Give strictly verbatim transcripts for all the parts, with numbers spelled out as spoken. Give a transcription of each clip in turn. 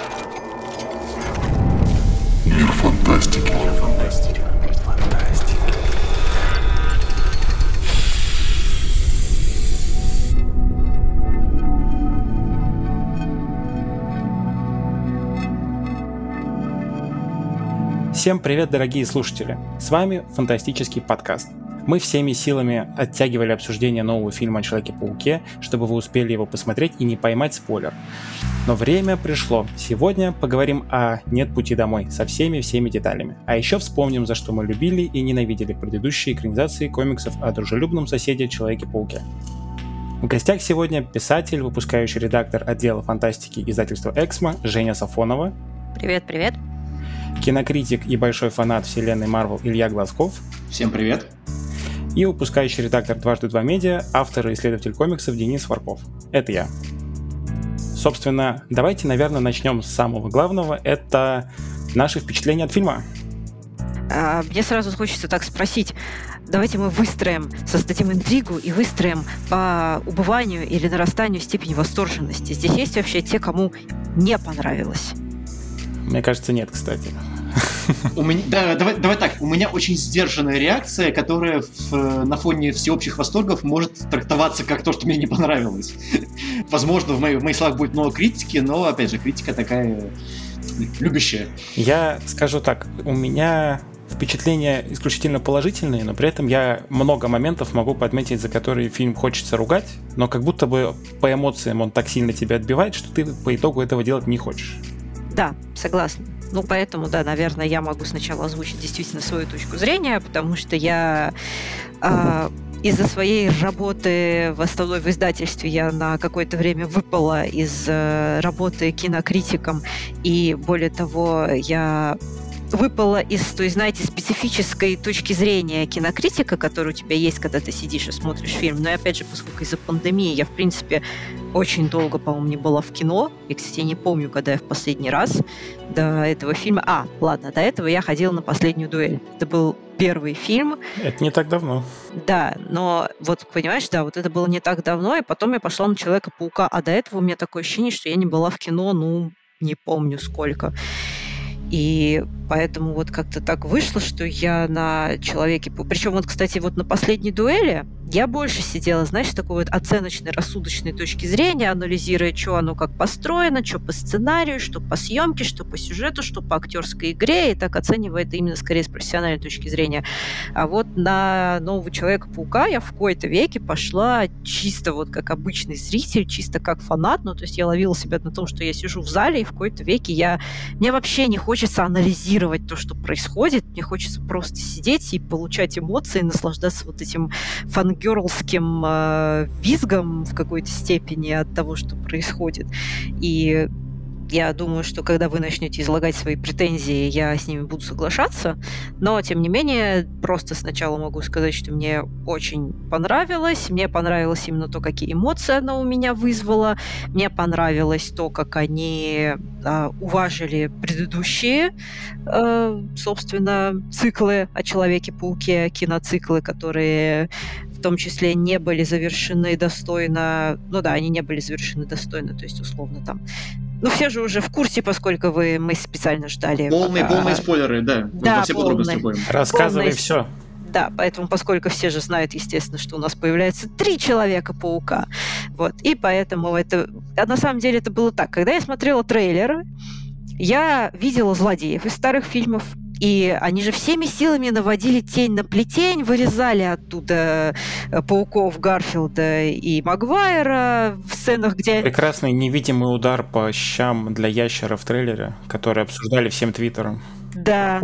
Мир фантастики. Мир фантастики. Фантастики. Всем привет, дорогие слушатели! С вами фантастический подкаст. Мы всеми силами оттягивали обсуждение нового фильма о Человеке-пауке, чтобы вы успели его посмотреть и не поймать спойлер. Но время пришло. Сегодня поговорим о «Нет пути домой» со всеми-всеми деталями. А еще вспомним, за что мы любили и ненавидели предыдущие экранизации комиксов о дружелюбном соседе Человеке-пауке. В гостях сегодня писатель, выпускающий редактор отдела фантастики издательства «Эксмо» Женя Сафонова. Привет-привет. Кинокритик и большой фанат вселенной Марвел Илья Глазков. Всем привет. И выпускающий редактор «Дважды два медиа», автор и исследователь комиксов Денис Варков. Это я. Собственно, давайте, наверное, начнем с самого главного. Это наши впечатления от фильма. А, мне сразу хочется так спросить. Давайте мы выстроим, создадим интригу и выстроим по убыванию или нарастанию степени восторженности. Здесь есть вообще те, кому не понравилось? Мне кажется, нет, кстати. У меня, да, давай, давай так. У меня очень сдержанная реакция, которая в, на фоне всеобщих восторгов может трактоваться как то, что мне не понравилось. Возможно, в, моей, в моих словах будет много критики, но, опять же, критика такая любящая. Я скажу так. У меня впечатления исключительно положительные, но при этом я много моментов могу подметить, за которые фильм хочется ругать, но как будто бы по эмоциям он так сильно тебя отбивает, что ты по итогу этого делать не хочешь. Да, согласна. Ну, поэтому, да, наверное, я могу сначала озвучить действительно свою точку зрения, потому что я э, из-за своей работы в основной в издательстве я на какое-то время выпала из э, работы кинокритиком, и более того, я выпала из той, знаете, специфической точки зрения кинокритика, которая у тебя есть, когда ты сидишь и смотришь фильм. Но, опять же, поскольку из-за пандемии я, в принципе, очень долго, по-моему, не была в кино. И, кстати, не помню, когда я в последний раз до этого фильма... А, ладно, до этого я ходила на «Последнюю дуэль». Это был первый фильм. Это не так давно. Да, но вот, понимаешь, да, вот это было не так давно, и потом я пошла на «Человека-паука», а до этого у меня такое ощущение, что я не была в кино, ну, не помню сколько. И поэтому вот как-то так вышло, что я на человеке... Причем вот, кстати, вот на «Последней дуэли» я больше сидела, знаешь, с такой вот оценочной, рассудочной точки зрения, анализируя, что оно как построено, что по сценарию, что по съемке, что по сюжету, что по актерской игре, и так оценивая это именно скорее с профессиональной точки зрения. А вот на «Нового Человека-паука» я в кои-то веке пошла чисто вот как обычный зритель, чисто как фанат, ну, то есть я ловила себя на том, что я сижу в зале, и в кои-то веке я... Мне вообще не хочется анализировать то, что происходит, мне хочется просто сидеть и получать эмоции, наслаждаться вот этим фангерлским э, визгом в какой-то степени от того, что происходит. И я думаю, что когда вы начнете излагать свои претензии, я с ними буду соглашаться, но, тем не менее, просто сначала могу сказать, что мне очень понравилось, мне понравилось именно то, какие эмоции она у меня вызвала, мне понравилось то, как они э, уважили предыдущие, э, собственно, циклы о Человеке-пауке, киноциклы, которые в том числе не были завершены достойно, ну да, они не были завершены достойно, то есть, условно, там. Ну, все же уже в курсе, поскольку вы, мы специально ждали. Полные, пока... полные спойлеры, да. Да, мы все подробности будем. Рассказывай полные... все. Да, поэтому, поскольку все же знают, естественно, что у нас появляется три Человека-паука. Вот, и поэтому это... А на самом деле это было так. Когда я смотрела трейлеры, я видела злодеев из старых фильмов, и они же всеми силами наводили тень на плетень, вырезали оттуда пауков Гарфилда и Магуайра в сценах, где... Прекрасный невидимый удар по щам для ящера в трейлере, который обсуждали всем твиттером. Да.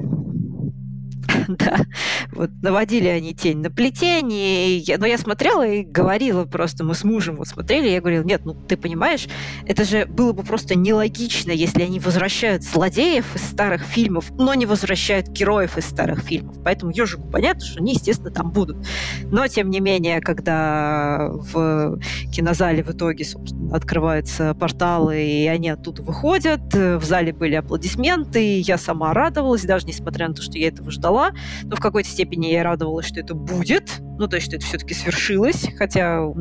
Да, вот наводили они тень на плетень, и я, но я смотрела и говорила просто, мы с мужем вот смотрели, и я говорила, нет, ну ты понимаешь, это же было бы просто нелогично, если они возвращают злодеев из старых фильмов, но не возвращают героев из старых фильмов, поэтому ежику понятно, что они, естественно, там будут. Но, тем не менее, когда в кинозале в итоге, собственно, открываются порталы, и они оттуда выходят, в зале были аплодисменты, я сама радовалась, даже несмотря на то, что я этого ждала, но в какой-то степени я радовалась, что это будет, ну, то есть, что это все-таки свершилось, хотя, ну,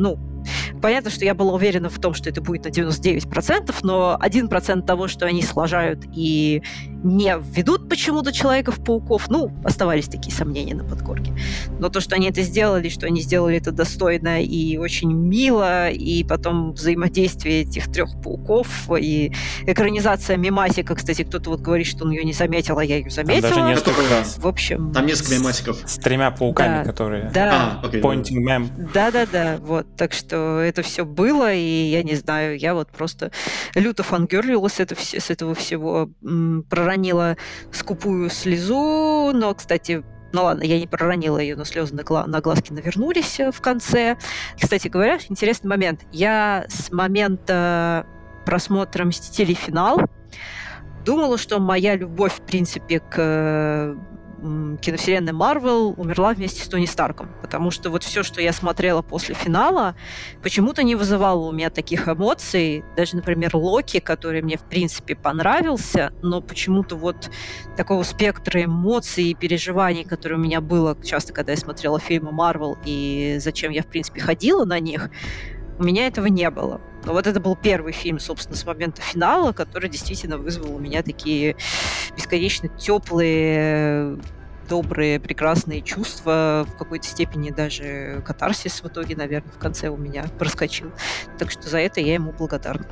понятно, что я была уверена в том, что это будет на девяносто девять процентов, но один процент того, что они слажают и не ведут почему-то Человеков-пауков, ну, оставались такие сомнения на подкорке. Но то, что они это сделали, что они сделали это достойно и очень мило, и потом взаимодействие этих трех пауков, и экранизация мемасика, кстати, кто-то вот говорит, что он ее не заметил, а я ее заметила. Там даже несколько раз. В общем... Там несколько мемасиков. С тремя пауками, Да. которые... Да. А, окей. Pointing mem. Да-да-да, вот, так что это все было, и я не знаю, я вот просто люто фангерлилась это, все- с этого всего, м, проронила скупую слезу, но, кстати, ну ладно, я не проронила ее, но слезы на, гла- на глазки навернулись э, в конце. Кстати говоря, интересный момент. Я с момента просмотра «Мстителей. Финал» думала, что моя любовь, в принципе, к э, м, киновселенной Марвел умерла вместе с Тони Старком, потому что вот все, что я смотрела после финала, почему-то не вызывало у меня таких эмоций. Даже, например, Локи, который мне, в принципе, понравился, но почему-то вот такого спектра эмоций и переживаний, которые у меня было часто, когда я смотрела фильмы Марвел, и зачем я, в принципе, ходила на них, у меня этого не было. Но вот это был первый фильм, собственно, с момента финала, который действительно вызвал у меня такие бесконечно теплые, добрые, прекрасные чувства, в какой-то степени даже катарсис в итоге, наверное, в конце у меня проскочил. Так что за это я ему благодарна.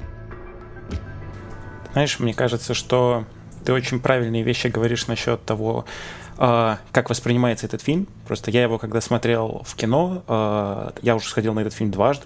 Знаешь, мне кажется, что ты очень правильные вещи говоришь насчет того, э, как воспринимается этот фильм. Просто я его, когда смотрел в кино, э, я уже сходил на этот фильм дважды,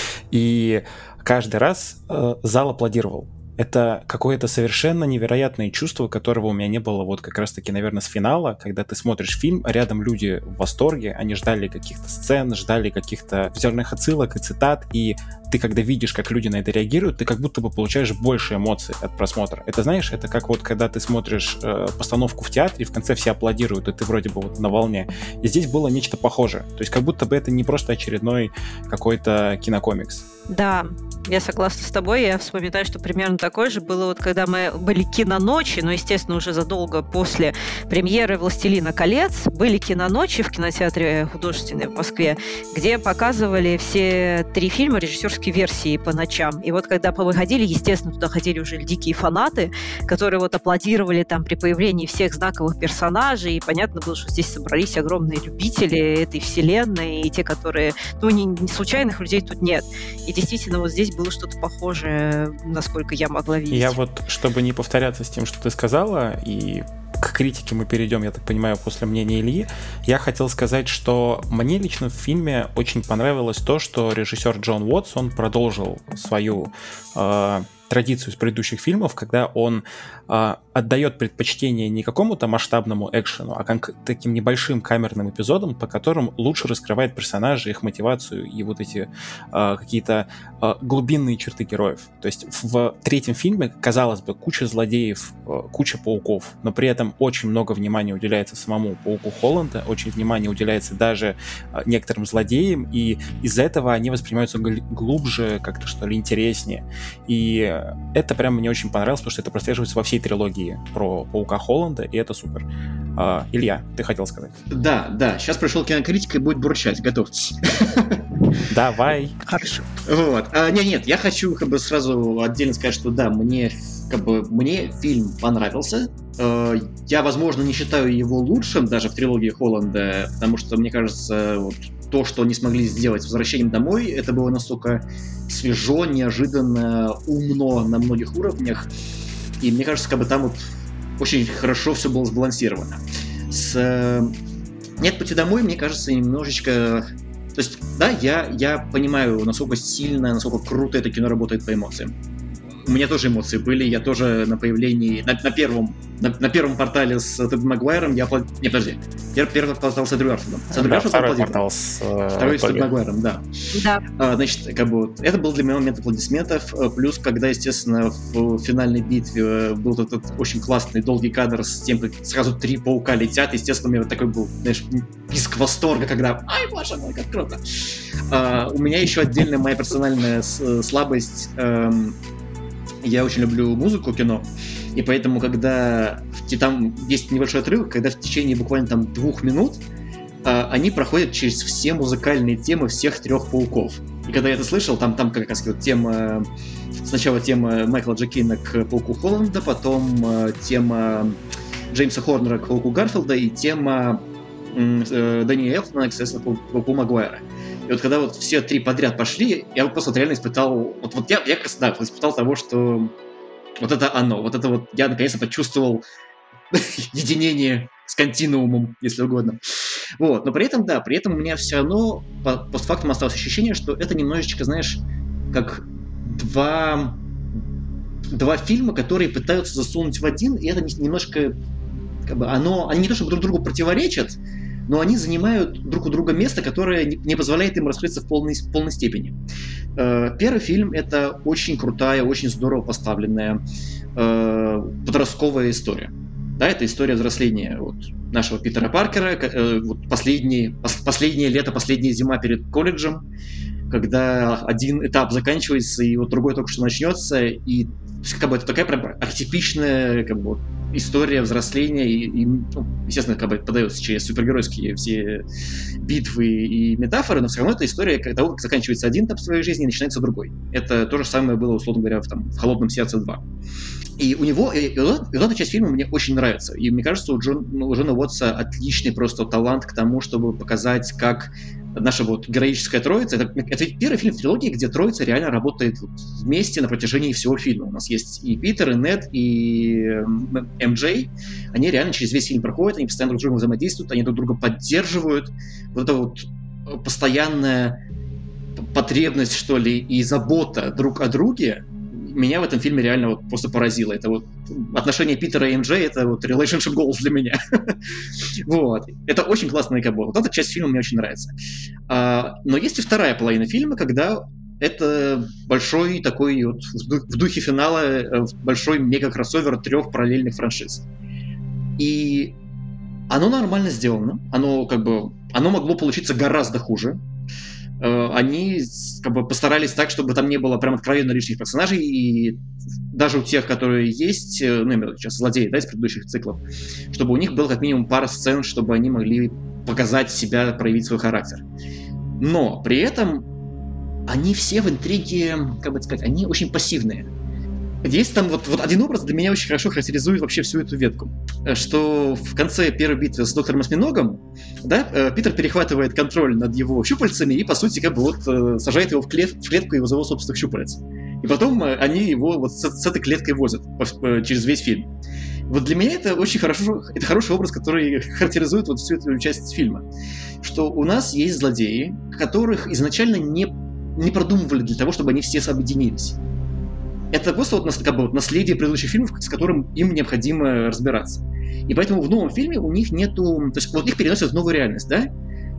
и каждый раз э, зал аплодировал. Это какое-то совершенно невероятное чувство, которого у меня не было вот как раз-таки, наверное, с финала, когда ты смотришь фильм, а рядом люди в восторге, они ждали каких-то сцен, ждали каких-то визуальных отсылок и цитат, и ты, когда видишь, как люди на это реагируют, ты как будто бы получаешь больше эмоций от просмотра. Это, знаешь, это как вот когда ты смотришь э, постановку в театре, в конце все аплодируют, и ты вроде бы вот на волне. И здесь было нечто похожее. То есть как будто бы это не просто очередной какой-то кинокомикс. Да, я согласна с тобой. Я вспоминаю, что примерно такое же было, вот когда мы были киноночи, но, естественно, уже задолго после премьеры «Властелина колец» были киноночи в кинотеатре художественной в Москве, где показывали все три фильма режиссерской версии по ночам. И вот когда выходили, естественно, туда ходили уже дикие фанаты, которые вот аплодировали там при появлении всех знаковых персонажей, и понятно было, что здесь собрались огромные любители этой вселенной, и те, которые... Ну, не, не случайных людей тут нет. И действительно, вот здесь было что-то похожее, насколько я могла видеть. Я вот, чтобы не повторяться с тем, что ты сказала, и к критике мы перейдем, я так понимаю, после мнения Ильи, я хотел сказать, что мне лично в фильме очень понравилось то, что режиссер Джон Уотс, он продолжил свою э, традицию из предыдущих фильмов, когда он э, отдает предпочтение не какому-то масштабному экшену, а как таким небольшим камерным эпизодам, по которым лучше раскрывает персонажей, их мотивацию и вот эти э, какие-то э, глубинные черты героев. То есть в третьем фильме, казалось бы, куча злодеев, э, куча пауков, но при этом очень много внимания уделяется самому пауку Холланда, очень внимание уделяется даже э, некоторым злодеям, и из-за этого они воспринимаются гл- глубже, как-то что ли интереснее. И это прям мне очень понравилось, потому что это прослеживается во всей трилогии про паука Холланда, и это супер. А, Илья, ты хотел сказать? Да, да, сейчас пришел кинокритик и будет бурчать, готовьтесь. Давай. Хорошо. Вот. А, нет, нет, я хочу как бы сразу отдельно сказать, что да, мне как бы мне фильм понравился. Э, я, возможно, не считаю его лучшим даже в трилогии Холланда, потому что, мне кажется, вот то, что они смогли сделать с «Возвращением домой», это было настолько свежо, неожиданно, умно на многих уровнях. И мне кажется, как бы там вот очень хорошо все было сбалансировано. С «Нет пути домой», мне кажется, немножечко... То есть, да, я, я понимаю, насколько сильно, насколько круто это кино работает по эмоциям. У меня тоже эмоции были, я тоже на появлении, на, на первом на, на первом портале с Тоби Магуайром я аплодировал... Не, подожди, первый, первый портал с Эндрю Гарфилдом. С Эндрю Да, Гарфилдом второй аплодировал. портал с э, Второй с Тоби Тоби. Магуайром, да. Да. А, значит, как бы вот, это был для меня момент аплодисментов, плюс когда, естественно, в финальной битве был этот очень классный долгий кадр с тем, как сразу три паука летят, естественно, у меня вот такой был, знаешь, писк восторга, когда «Ай, боже мой, как круто!» а, У меня еще отдельная моя персональная с- слабость. эм, Я очень люблю музыку, кино, и поэтому, когда и там есть небольшой отрывок, когда в течение буквально там двух минут а, они проходят через все музыкальные темы всех трех пауков. И когда я это слышал, там, там как раз вот тема... Сначала тема Майкла Джекина к Пауку Холланда, потом э, тема Джеймса Хорнера к Пауку Гарфилда и тема э, Дэниела Элфмана к, соответственно, Пауку Магуайра. И вот когда вот все три подряд пошли, я вот просто вот реально испытал... Вот, вот я, я да, испытал того, что вот это оно. Вот это вот я наконец-то почувствовал единение с континуумом, если угодно. Вот. Но при этом, да, при этом у меня все равно по постфактум осталось ощущение, что это немножечко, знаешь, как два, два фильма, которые пытаются засунуть в один, и это немножко, как бы, оно, они не то чтобы друг другу противоречат, но они занимают друг у друга место, которое не позволяет им раскрыться в полной, в полной степени. Первый фильм — это очень крутая, очень здорово поставленная подростковая история. Да, это история взросления вот, нашего Питера Паркера, э, вот последний, пос, последнее лето, последняя зима перед колледжем, когда один этап заканчивается, и вот другой только что начнется, и как бы это такая прям архетипичная как бы, история взросления, и, и ну, естественно, как бы подается через супергеройские все битвы и метафоры, но все равно это история того, как заканчивается один этап своей жизни и начинается другой. Это то же самое было, условно говоря, в, там, в «Холодном сердце два». И у него, и, и, вот, и вот эта часть фильма мне очень нравится. И мне кажется, у, Джон, у Джона Уотса отличный просто талант к тому, чтобы показать, как наша вот героическая троица... Это, это первый фильм в трилогии, где троица реально работает вот вместе на протяжении всего фильма. У нас есть и Питер, и Нед, и эм джей. Они реально через весь фильм проходят, они постоянно друг с другом взаимодействуют, они друг друга поддерживают. Вот это вот постоянная потребность, что ли, и забота друг о друге меня в этом фильме реально вот просто поразило. Это вот отношения Питера и эм джей, это вот relationship goals для меня. Вот. Это очень классный кабо. Вот эта часть фильма мне очень нравится. А, но есть и вторая половина фильма, когда это большой такой вот в духе финала большой мега-кроссовер трех параллельных франшиз. И оно нормально сделано. Оно как бы... Оно могло получиться гораздо хуже. Они как бы постарались так, чтобы там не было прям откровенно лишних персонажей, и даже у тех, которые есть, ну, именно сейчас злодеи, да, из предыдущих циклов, чтобы у них было как минимум пара сцен, чтобы они могли показать себя, проявить свой характер. Но при этом они все в интриге, как бы сказать, они очень пассивные. Есть там вот, вот один образ для меня очень хорошо характеризует вообще всю эту ветку. Что в конце первой битвы с доктором Осьминогом, да, Питер перехватывает контроль над его щупальцами и, по сути, как бы вот сажает его в, клет, в клетку его его собственных щупалец. И потом они его вот с, с этой клеткой возят по, через весь фильм. Вот для меня это очень хорошо, это хороший образ, который характеризует вот всю эту часть фильма. Что у нас есть злодеи, которых изначально не, не продумывали для того, чтобы они все объединились. Это просто вот, как бы, вот наследие предыдущих фильмов, с которым им необходимо разбираться. И поэтому в новом фильме у них нету... То есть вот их переносят в новую реальность, да?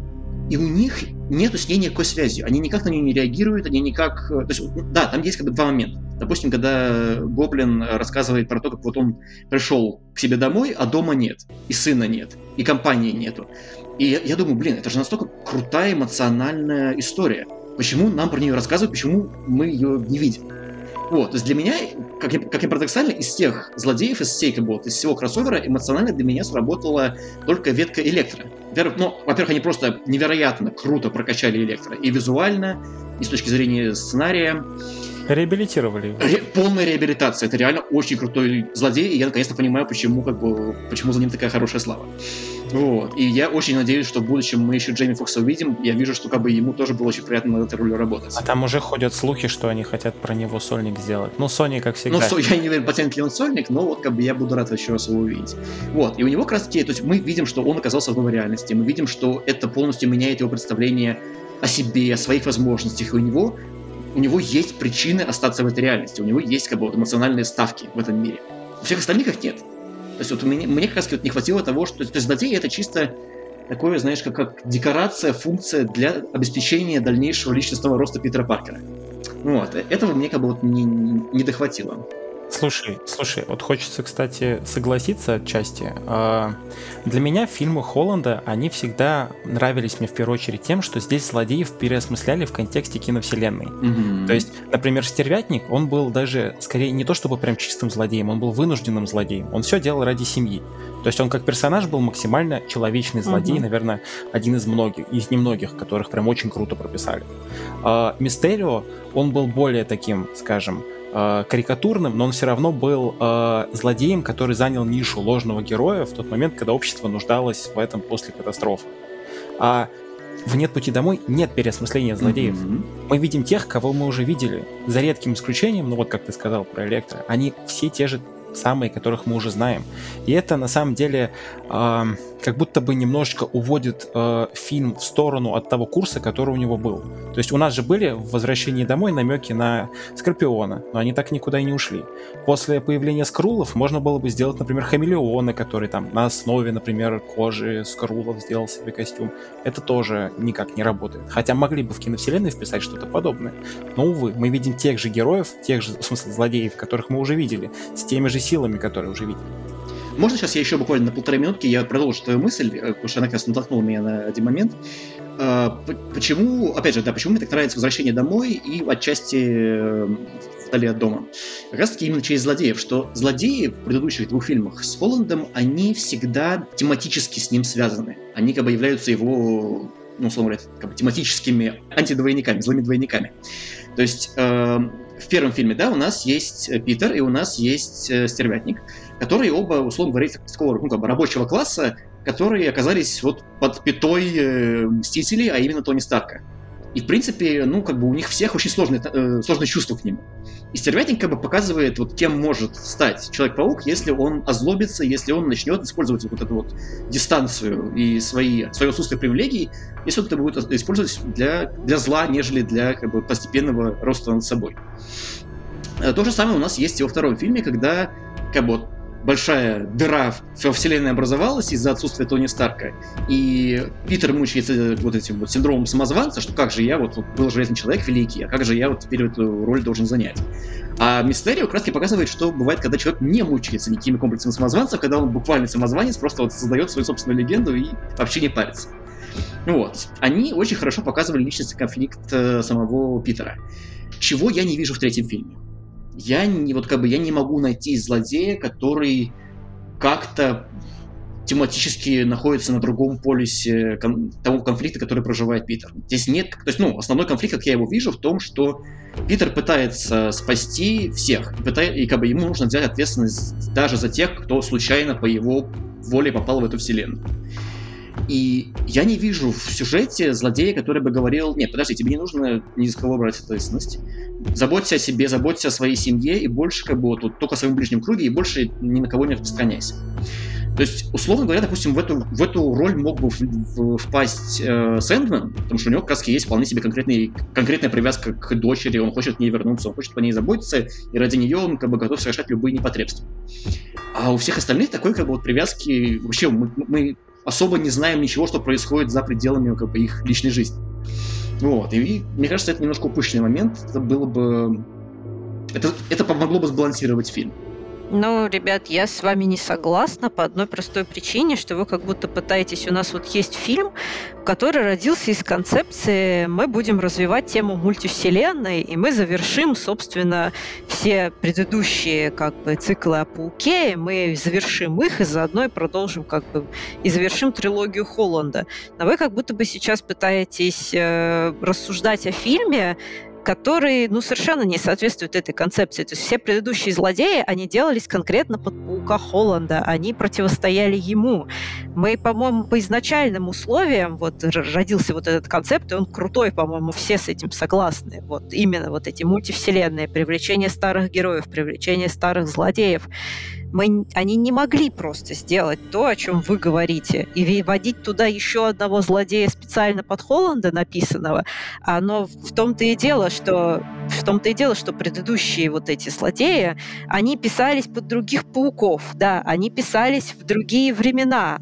И у них нету с ней никакой связи. Они никак на нее не реагируют, они никак... То есть, да, там есть как бы два момента. Допустим, когда Гоблин рассказывает про то, как вот он пришел к себе домой, а дома нет, и сына нет, и компании нету. И я, я думаю, блин, это же настолько крутая эмоциональная история. Почему нам про нее рассказывают, почему мы ее не видим? Вот, то есть для меня, как ни, как ни парадоксально, из тех злодеев, из всей, как бы, вот, из всего кроссовера эмоционально для меня сработала только ветка Электро. Во-первых, ну, во-первых, они просто невероятно круто прокачали Электро. И визуально, и с точки зрения сценария. Реабилитировали его. Ре- полная реабилитация. Это реально очень крутой злодей, и я наконец-то понимаю, почему, как бы, почему за ним такая хорошая слава. Вот. И я очень надеюсь, что в будущем мы еще Джейми Фокса увидим. Я вижу, что как бы ему тоже было очень приятно на этой роли работать. А там уже ходят слухи, что они хотят про него сольник сделать. Ну, Sony, как всегда. Ну, я не уверен, потянет ли он сольник, но вот как бы я буду рад еще раз его увидеть. Вот. И у него как раз таки, то есть мы видим, что он оказался в новой реальности. Мы видим, что это полностью меняет его представление о себе, о своих возможностях. И у него, у него есть причины остаться в этой реальности. У него есть как бы вот эмоциональные ставки в этом мире. У всех остальных их нет. То есть вот мне, мне как раз вот не хватило того, что... То есть злодей — это чисто такое, знаешь, как, как декорация, функция для обеспечения дальнейшего личностного роста Питера Паркера. Вот. Этого мне как бы вот не, не дохватило. Слушай, слушай, вот хочется, кстати, согласиться отчасти. А, Для меня фильмы Холланда, они всегда нравились мне в первую очередь тем, что здесь злодеев переосмысляли в контексте киновселенной. Мгм. То есть, например, Стервятник, он был даже, скорее, не то чтобы прям чистым злодеем, он был вынужденным злодеем. Он все делал ради семьи. То есть он как персонаж был максимально человечный злодей, Мгм. наверное, один из многих, из немногих, которых прям очень круто прописали. А, Мистерио, он был более таким, скажем, э, карикатурным, но он все равно был э, злодеем, который занял нишу ложного героя в тот момент, когда общество нуждалось в этом после катастрофы. А в «Нет пути домой» нет переосмысления злодеев. Мгм. Мы видим тех, кого мы уже видели. За редким исключением, ну вот как ты сказал про Электро, они все те же самые, которых мы уже знаем. И это на самом деле э, как будто бы немножечко уводит э, фильм в сторону от того курса, который у него был. То есть у нас же были в «Возвращении домой» намеки на Скорпиона, но они так никуда и не ушли. После появления скруллов можно было бы сделать, например, хамелеона, который там на основе, например, кожи скруллов сделал себе костюм. Это тоже никак не работает. Хотя могли бы в киновселенной вписать что-то подобное. Но, увы, мы видим тех же героев, тех же, в смысле, злодеев, которых мы уже видели, с теми же силами, которые уже видели. Можно сейчас я еще буквально на полторы минутки я продолжу твою мысль, э, потому что она как раз натолкнула меня на один момент. Э, п- Почему, опять же, да, почему мне так нравится «Возвращение домой» и отчасти э, «Вдали от дома»? Как раз таки именно через злодеев, что злодеи в предыдущих двух фильмах с Холландом, они всегда тематически с ним связаны. Они как бы являются его, ну, условно говоря, как бы тематическими антидвойниками, злыми двойниками. То есть э, в первом фильме, да, у нас есть э, Питер и у нас есть э, Стервятник, которые оба, условно говоря, такого, ну, как бы рабочего класса, которые оказались вот под пятой э, Мстителей, а именно Тони Старка. И, в принципе, ну, как бы у них всех очень сложные, э, сложные чувства к нему. И Стервятник как бы показывает, вот кем может стать Человек-паук, если он озлобится, если он начнет использовать вот эту вот дистанцию и свои, свое отсутствие привилегий, если он это будет использовать для, для зла, нежели для как бы постепенного роста над собой. Э, То же самое у нас есть и во втором фильме, когда как бы вот большая дыра во вселенной образовалась из-за отсутствия Тони Старка, и Питер мучается вот этим вот синдромом самозванца, что как же я вот, вот был железный человек великий, а как же я вот теперь эту роль должен занять. А Мистерио как раз таки показывает, что бывает, когда человек не мучается никакими комплексами самозванца, когда он буквально самозванец, просто вот создает свою собственную легенду и вообще не парится. Вот. Они очень хорошо показывали личностный конфликт э, самого Питера. Чего я не вижу в третьем фильме. Я не, вот как бы, я не могу найти злодея, который как-то тематически находится на другом полюсе кон- того конфликта, который проживает Питер. Здесь нет... То есть, ну, основной конфликт, как я его вижу, в том, что Питер пытается спасти всех, и, пыта- и как бы ему нужно взять ответственность даже за тех, кто случайно по его воле попал в эту вселенную. И я не вижу в сюжете злодея, который бы говорил: нет, подожди, тебе не нужно ни за кого брать ответственность. Заботься о себе, заботься о своей семье, и больше как бы вот, вот, только о своем ближнем круге, и больше ни на кого не распространяйся. То есть, условно говоря, допустим, в эту, в эту роль мог бы в, в, впасть э, Сэндман, потому что у него как раз есть вполне себе конкретный, конкретная привязка к дочери, он хочет к ней вернуться, он хочет по ней заботиться, и ради нее он как бы готов совершать любые непотребства. А у всех остальных такой как бы вот привязки, вообще мы, мы особо не знаем ничего, что происходит за пределами как бы их личной жизни. Вот, и, и мне кажется, это немножко упущенный момент, это было бы... Это, это помогло бы сбалансировать фильм. Ну, ребят, я с вами не согласна по одной простой причине, что вы как будто пытаетесь... У нас вот есть фильм, который родился из концепции «мы будем развивать тему мультивселенной, и мы завершим, собственно, все предыдущие как бы циклы о Пауке, и мы завершим их, и заодно и продолжим как бы... и завершим трилогию Холланда». Но вы как будто бы сейчас пытаетесь э, рассуждать о фильме, который, ну, совершенно не соответствует этой концепции. То есть все предыдущие злодеи, они делались конкретно под Паука Холланда, они противостояли ему. Мы, по-моему, по изначальным условиям, вот, родился вот этот концепт, и он крутой, по-моему, все с этим согласны. Вот именно вот эти мультивселенные, привлечение старых героев, привлечение старых злодеев. Мы, они не могли просто сделать то, о чем вы говорите, и вводить туда еще одного злодея специально под Холланда написанного. Оно в том-то и дело, что в том-то и дело, что предыдущие вот эти злодеи, они писались под других пауков, да, они писались в другие времена.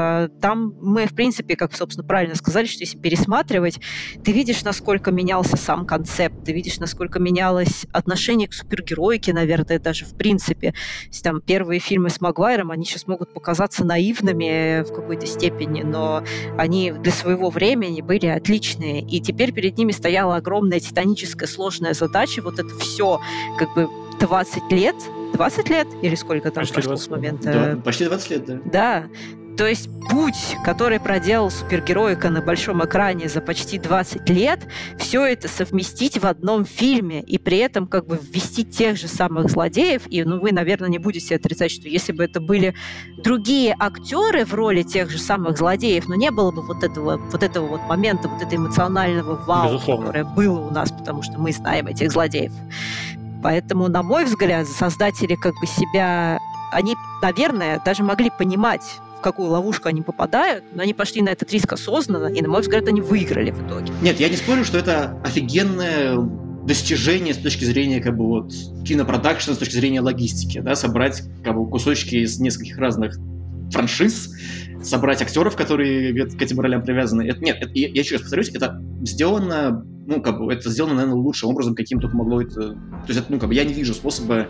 Там мы, в принципе, как, собственно, правильно сказали, что если пересматривать, ты видишь, насколько менялся сам концепт, ты видишь, насколько менялось отношение к супергероике, наверное, даже в принципе. Там первые фильмы с Магуайром, они сейчас могут показаться наивными в какой-то степени, но они для своего времени были отличные. И теперь перед ними стояла огромная титаническая сложная задача, вот это все как бы двадцать лет, двадцать лет или сколько там почти прошло с момента? Да, почти двадцать лет, да. Да. То есть путь, который проделал супергероика на большом экране за почти двадцать лет, все это совместить в одном фильме и при этом как бы ввести тех же самых злодеев. И, ну, вы, наверное, не будете отрицать, что если бы это были другие актеры в роли тех же самых злодеев, но не было бы вот этого вот, этого вот момента, вот этого эмоционального вау, Безусловно. которое было у нас, потому что мы знаем этих злодеев. Поэтому, на мой взгляд, создатели как бы себя... Они, наверное, даже могли понимать, в какую ловушку они попадают, но они пошли на этот риск осознанно, и, на мой взгляд, они выиграли в итоге. Нет, я не спорю, что это офигенное достижение с точки зрения как бы вот кинопродакшена, с точки зрения логистики, да, собрать как бы кусочки из нескольких разных франшиз, собрать актеров, которые к этим ролям привязаны. Это, нет, это, я, я еще раз повторюсь, это сделано, ну, как бы, это сделано, наверное, лучшим образом, каким только могло это... То есть, это, ну, как бы, я не вижу способа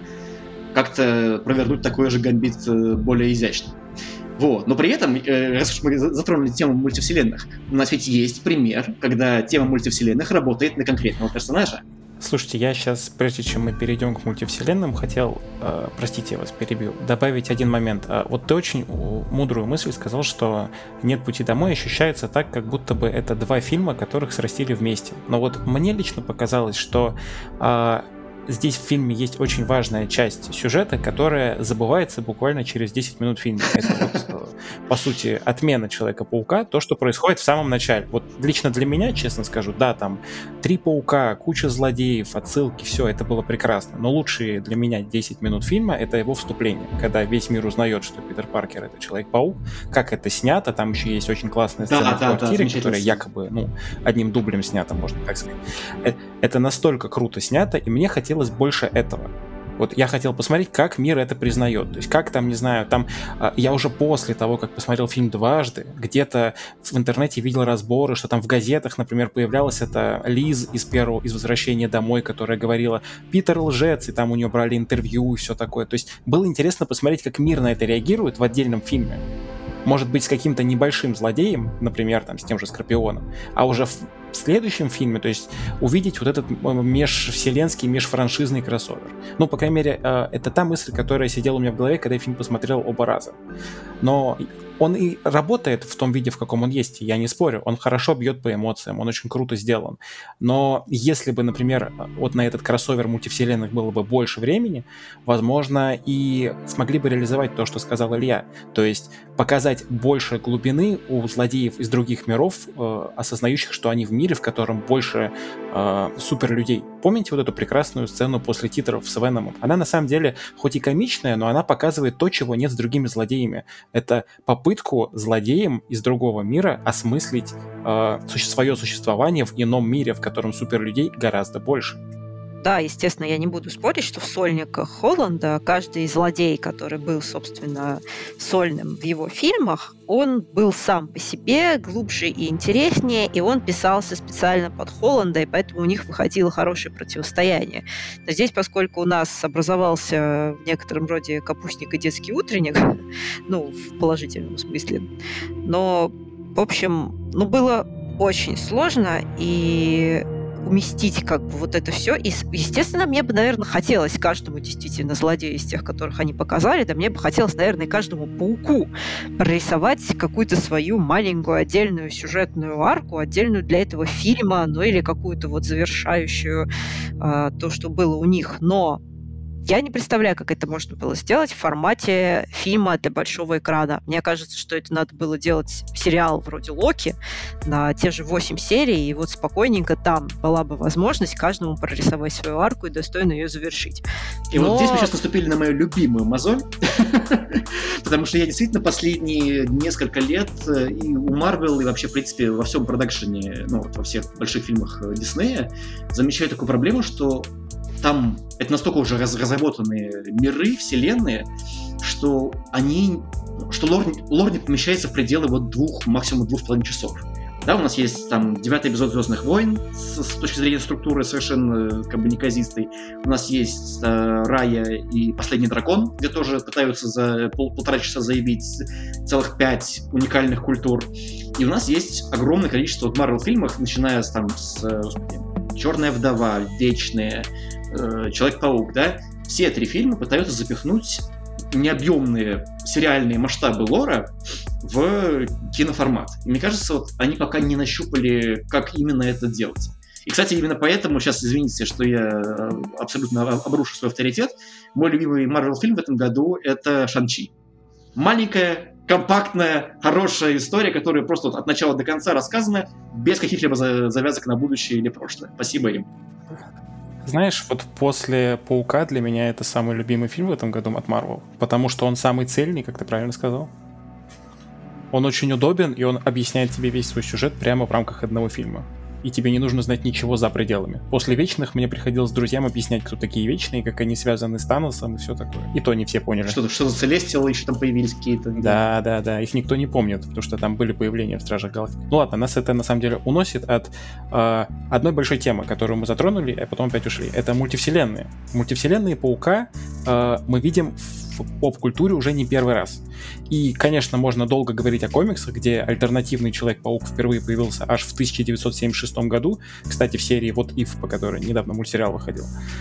как-то провернуть такой же гамбит более изящно. Вот. Но при этом, раз уж мы затронули тему мультивселенных, у нас ведь есть пример, когда тема мультивселенных работает на конкретного персонажа. Слушайте, я сейчас, прежде чем мы перейдем к мультивселенным, хотел, э, простите, я вас перебил, добавить один момент. А, вот ты очень мудрую мысль сказал, что «Нет пути домой» ощущается так, как будто бы это два фильма, которых срастили вместе. Но вот мне лично показалось, что э, здесь в фильме есть очень важная часть сюжета, которая забывается буквально через десять минут фильма. Это вот, по сути, отмена Человека-паука, то, что происходит в самом начале. Вот лично для меня, честно скажу, да, там три паука, куча злодеев, отсылки, все, это было прекрасно. Но лучшие для меня десять минут фильма — это его вступление, когда весь мир узнает, что Питер Паркер — это Человек-паук, как это снято, там еще есть очень классная сцена да, в да, квартире, да, которая якобы, ну, одним дублем снята, можно так сказать. Это настолько круто снято, и мне хотелось больше этого. Вот я хотел посмотреть, как мир это признает. То есть как там, не знаю, там я уже после того, как посмотрел фильм дважды, где-то в интернете видел разборы, что там в газетах, например, появлялась эта Лиз из первого, из «Возвращения домой», которая говорила «Питер лжец», и там у нее брали интервью и все такое. То есть было интересно посмотреть, как мир на это реагирует в отдельном фильме. Может быть, с каким-то небольшим злодеем, например, там, с тем же Скорпионом, а уже в следующем фильме, то есть увидеть вот этот межвселенский, межфраншизный кроссовер. Ну, по крайней мере, это та мысль, которая сидела у меня в голове, когда я фильм посмотрел оба раза. Но он и работает в том виде, в каком он есть, я не спорю. Он хорошо бьет по эмоциям, он очень круто сделан. Но если бы, например, вот на этот кроссовер мультивселенных было бы больше времени, возможно, и смогли бы реализовать то, что сказал Илья. То есть показать больше глубины у злодеев из других миров, э, осознающих, что они в мире, в котором больше э, суперлюдей. Помните вот эту прекрасную сцену после титров с Веномом? Она на самом деле хоть и комичная, но она показывает то, чего нет с другими злодеями. Это попытку злодеям из другого мира осмыслить э, свое существование в ином мире, в котором суперлюдей гораздо больше. Да, естественно, я не буду спорить, что в сольниках Холланда каждый злодей, который был, собственно, сольным в его фильмах, он был сам по себе глубже и интереснее, и он писался специально под Холланда, и поэтому у них выходило хорошее противостояние. Но здесь, поскольку у нас образовался в некотором роде капустник и детский утренник, ну, в положительном смысле, но, в общем, ну, было очень сложно, и уместить как бы вот это все. И, естественно, мне бы, наверное, хотелось каждому действительно злодею из тех, которых они показали, да мне бы хотелось, наверное, каждому пауку прорисовать какую-то свою маленькую отдельную сюжетную арку, отдельную для этого фильма, ну или какую-то вот завершающую а, то, что было у них. Но я не представляю, как это можно было сделать в формате фильма для большого экрана. Мне кажется, что это надо было делать сериал вроде «Локи» на те же восемь серий, и вот спокойненько там была бы возможность каждому прорисовать свою арку и достойно ее завершить. И Но... вот здесь мы сейчас наступили на мою любимую мозоль, потому что я действительно последние несколько лет и у Marvel, и вообще, в принципе, во всем продакшене, ну, вот во всех больших фильмах Диснея замечаю такую проблему, что там это настолько уже раз, разработанные миры, вселенные, что они, что лор, лор не помещается в пределы вот двух, максимум двух с половиной часов. Да, у нас есть там девятый эпизод «Звездных войн» с, с точки зрения структуры совершенно как бы неказистой. У нас есть э, «Рая» и «Последний дракон», где тоже пытаются за пол, полтора часа заявить целых пять уникальных культур. И у нас есть огромное количество вот Marvel-фильмов, начиная с, там, с господи, «Черная вдова», «Вечные», э, «Человек-паук», да. Все три фильма пытаются запихнуть необъемные сериальные масштабы лора в киноформат. И мне кажется, вот они пока не нащупали, как именно это делать. И, кстати, именно поэтому, сейчас извините, что я абсолютно обрушу свой авторитет, мой любимый Marvel-фильм в этом году — это «Шан-Чи». Маленькая, компактная, хорошая история, которая просто вот от начала до конца рассказана, без каких-либо завязок на будущее или прошлое. Спасибо им. Знаешь, вот после «Паука» для меня это самый любимый фильм в этом году от Marvel, потому что он самый цельный, как ты правильно сказал. Он очень удобен, и он объясняет тебе весь свой сюжет прямо в рамках одного фильма. И тебе не нужно знать ничего за пределами. После «Вечных» мне приходилось друзьям объяснять, кто такие Вечные, как они связаны с Таносом и все такое. И то не все поняли. Что-то, что за Целестиалы еще там появились какие-то. Да, да, да. Их никто не помнит, потому что там были появления в Стражах Галактики. Ну ладно, нас это на самом деле уносит от э, одной большой темы, которую мы затронули, а потом опять ушли. Это мультивселенные. Мультивселенные Паука э, мы видим в поп-культуре уже не первый раз. И, конечно, можно долго говорить о комиксах, где альтернативный Человек-паук впервые появился аж в тысяча девятьсот семьдесят шестом году, кстати, в серии «Вот If», по которой недавно мультсериал выходил.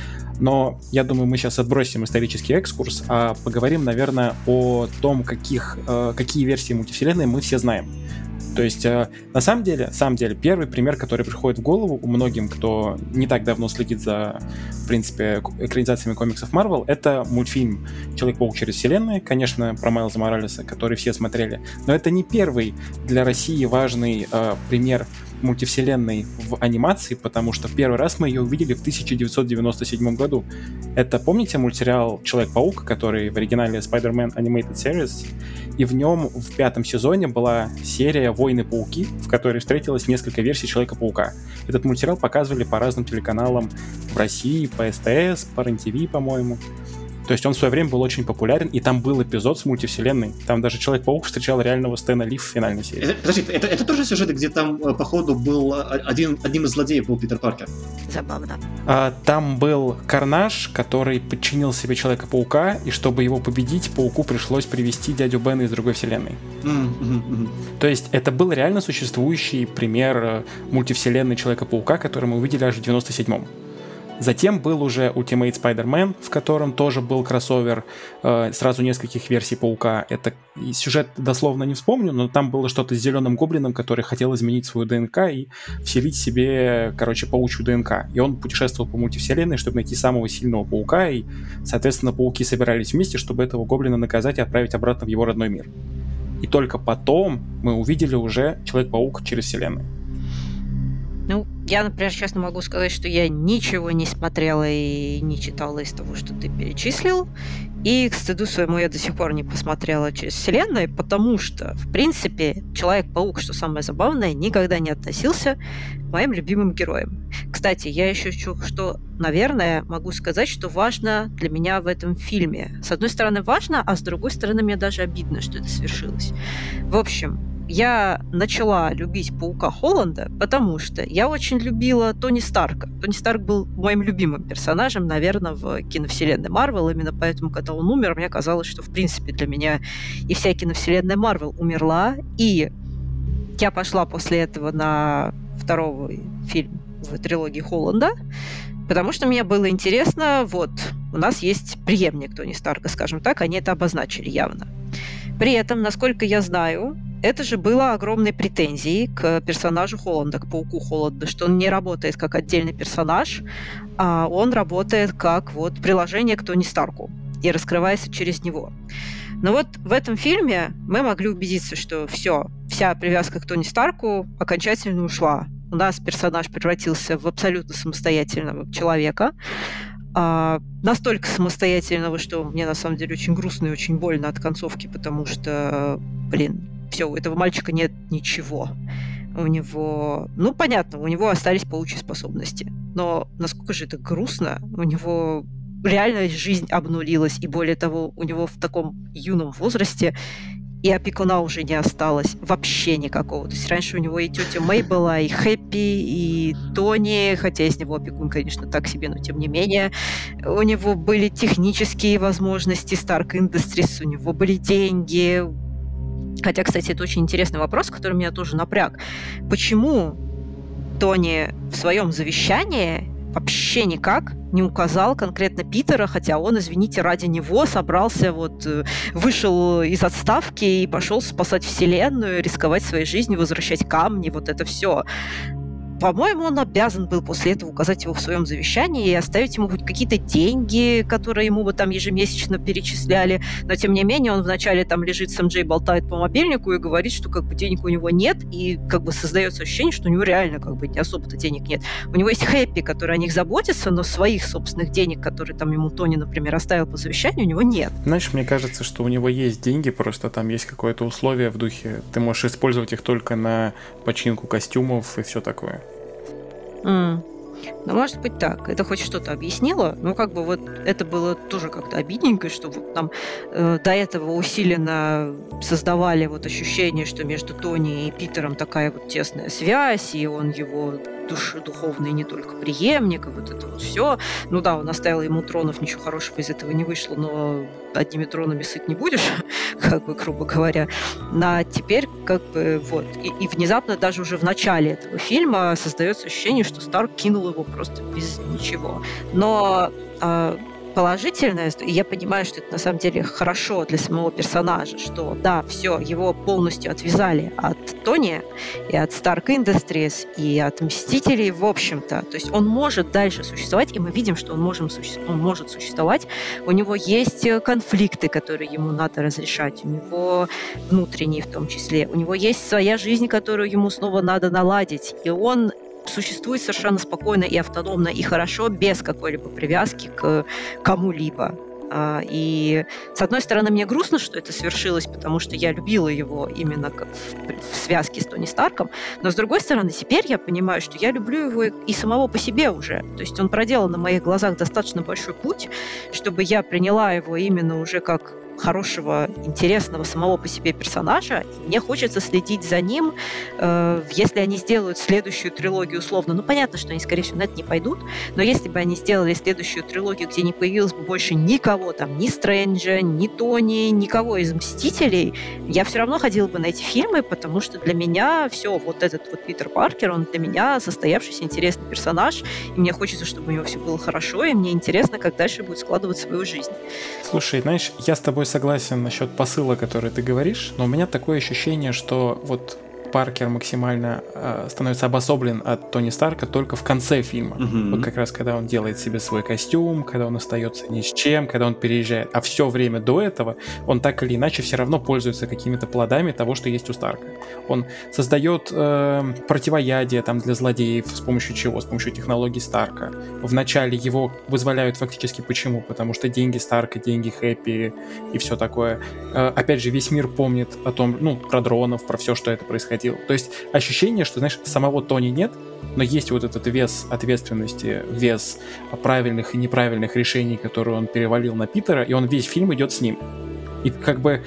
Но я думаю, мы сейчас отбросим исторический экскурс, а поговорим, наверное, о том, каких, какие версии мультивселенной мы все знаем. То есть, э, на самом деле, самом деле, первый пример, который приходит в голову у многим, кто не так давно следит за, в принципе, экранизациями комиксов Marvel, это мультфильм «Человек-паук через вселенные», конечно, про Майлза Моралеса, который все смотрели. Но это не первый для России важный э, пример мультивселенной в анимации, потому что первый раз мы ее увидели в тысяча девятьсот девяносто седьмом году. Это, помните, мультсериал «Человек-паук», который в оригинале Spider-Man Animated Series, и в нем в пятом сезоне была серия «Войны-пауки», в которой встретилось несколько версий Человека-паука. Этот мультсериал показывали по разным телеканалам в России, по СТС, по РЕН-ТВ, по-моему. То есть он в свое время был очень популярен, и там был эпизод с мультивселенной. Там даже Человек-паук встречал реального Стэна Ли в финальной серии. Это, подожди, это, это тоже сюжет, где там, походу, был один, одним из злодеев был Питер Паркер? Забавно. А, там был Карнаж, который подчинил себе Человека-паука, и чтобы его победить, Пауку пришлось привести дядю Бена из другой вселенной. Mm-hmm. То есть это был реально существующий пример мультивселенной Человека-паука, который мы увидели аж в девяносто седьмом. Затем был уже Ultimate Spider-Man, в котором тоже был кроссовер э, сразу нескольких версий Паука. Это сюжет дословно не вспомню, но там было что-то с зеленым гоблином, который хотел изменить свою ДНК и вселить себе, короче, паучью ДНК. И он путешествовал по мультивселенной, чтобы найти самого сильного паука, и, соответственно, пауки собирались вместе, чтобы этого гоблина наказать и отправить обратно в его родной мир. И только потом мы увидели уже Человек-паук через вселенную. Ну, я, например, честно могу сказать, что я ничего не смотрела и не читала из того, что ты перечислил. И, к стыду своему, я до сих пор не посмотрела через вселенную, потому что, в принципе, Человек-паук, что самое забавное, никогда не относился к моим любимым героям. Кстати, я еще что, наверное, могу сказать, что важно для меня в этом фильме. С одной стороны, важно, а с другой стороны, мне даже обидно, что это свершилось. В общем, я начала любить Паука Холланда, потому что я очень любила Тони Старка. Тони Старк был моим любимым персонажем, наверное, в киновселенной Марвел. Именно поэтому, когда он умер, мне казалось, что, в принципе, для меня и вся киновселенная Марвел умерла. И я пошла после этого на второй фильм в трилогии Холланда, потому что мне было интересно, вот, у нас есть преемник Тони Старка, скажем так, они это обозначили явно. При этом, насколько я знаю, это же было огромной претензией к персонажу Холланда, к Пауку Холланда, что он не работает как отдельный персонаж, а он работает как вот приложение к Тони Старку и раскрывается через него. Но вот в этом фильме мы могли убедиться, что все, вся привязка к Тони Старку окончательно ушла. У нас персонаж превратился в абсолютно самостоятельного человека, а, настолько самостоятельного, что мне на самом деле очень грустно и очень больно от концовки, потому что, блин, все, у этого мальчика нет ничего. У него, ну, понятно, у него остались паучьи способности, но насколько же это грустно, у него реально жизнь обнулилась, и более того, у него в таком юном возрасте и опекуна уже не осталось, вообще никакого. То есть раньше у него и тетя Мэй была, и Хэппи, и Тони, хотя из него опекун, конечно, так себе, но тем не менее. У него были технические возможности, Stark Industries, у него были деньги. Хотя, кстати, это очень интересный вопрос, который меня тоже напряг. Почему Тони в своем завещании вообще никак не указал конкретно Питера, хотя он, извините, ради него собрался, вот, вышел из отставки и пошел спасать Вселенную, рисковать своей жизнью, возвращать камни, вот это все. По-моему, он обязан был после этого указать его в своем завещании и оставить ему хоть какие-то деньги, которые ему бы там ежемесячно перечисляли. Но, тем не менее, он вначале там лежит с эм джей, болтает по мобильнику и говорит, что как бы денег у него нет, и как бы создается ощущение, что у него реально как бы не особо-то денег нет. У него есть Хэппи, который о них заботится, но своих собственных денег, которые там ему Тони, например, оставил по завещанию, у него нет. Знаешь, мне кажется, что у него есть деньги, просто там есть какое-то условие в духе, ты можешь использовать их только на починку костюмов и все такое. Mm. Ну, может быть так. Это хоть что-то объяснило, но как бы вот это было тоже как-то обидненько, что вот там э, до этого усиленно создавали вот ощущение, что между Тони и Питером такая вот тесная связь, и он его душ, духовный не только преемник, и вот это вот все. Ну да, он оставил ему тронов, ничего хорошего из этого не вышло, но одними тронами сыт не будешь, как бы, грубо говоря. А теперь как бы вот. И, и внезапно даже уже в начале этого фильма создается ощущение, что Старк кинул его просто без ничего. Но э, положительное, и я понимаю, что это на самом деле хорошо для самого персонажа, что да, все, его полностью отвязали от Тони и от Stark Industries и от Мстителей, в общем-то. То есть он может дальше существовать, и мы видим, что он, можем, он может существовать. У него есть конфликты, которые ему надо разрешать, у него внутренние в том числе. У него есть своя жизнь, которую ему снова надо наладить, и он существует совершенно спокойно и автономно, и хорошо, без какой-либо привязки к кому-либо. И, с одной стороны, мне грустно, что это свершилось, потому что я любила его именно как в связке с Тони Старком, но, с другой стороны, теперь я понимаю, что я люблю его и самого по себе уже. То есть он проделал на моих глазах достаточно большой путь, чтобы я приняла его именно уже как хорошего, интересного самого по себе персонажа. И мне хочется следить за ним, э, если они сделают следующую трилогию условно. Ну, понятно, что они, скорее всего, на это не пойдут, но если бы они сделали следующую трилогию, где не появилось бы больше никого, там, ни Стрэнджа, ни Тони, никого из Мстителей, я все равно ходила бы на эти фильмы, потому что для меня все, вот этот вот Питер Паркер, он для меня состоявшийся интересный персонаж, и мне хочется, чтобы у него все было хорошо, и мне интересно, как дальше будет складывать свою жизнь. Слушай, знаешь, я с тобой согласен насчет посыла, который ты говоришь, но у меня такое ощущение, что вот Паркер максимально э, становится обособлен от Тони Старка только в конце фильма. Mm-hmm. Вот как раз когда он делает себе свой костюм, когда он остается ни с чем, когда он переезжает. А все время до этого он так или иначе все равно пользуется какими-то плодами того, что есть у Старка. Он создает э, противоядие там, для злодеев, с помощью чего? С помощью технологий Старка. Вначале его вызволяют фактически почему? Потому что деньги Старка, деньги Хэппи и все такое. Э, опять же, весь мир помнит о том, ну, про дронов, про все, что это происходило. То есть ощущение, что, знаешь, самого Тони нет, но есть вот этот вес ответственности, вес правильных и неправильных решений, которые он перевалил на Питера, и он весь фильм идет с ним. И как бы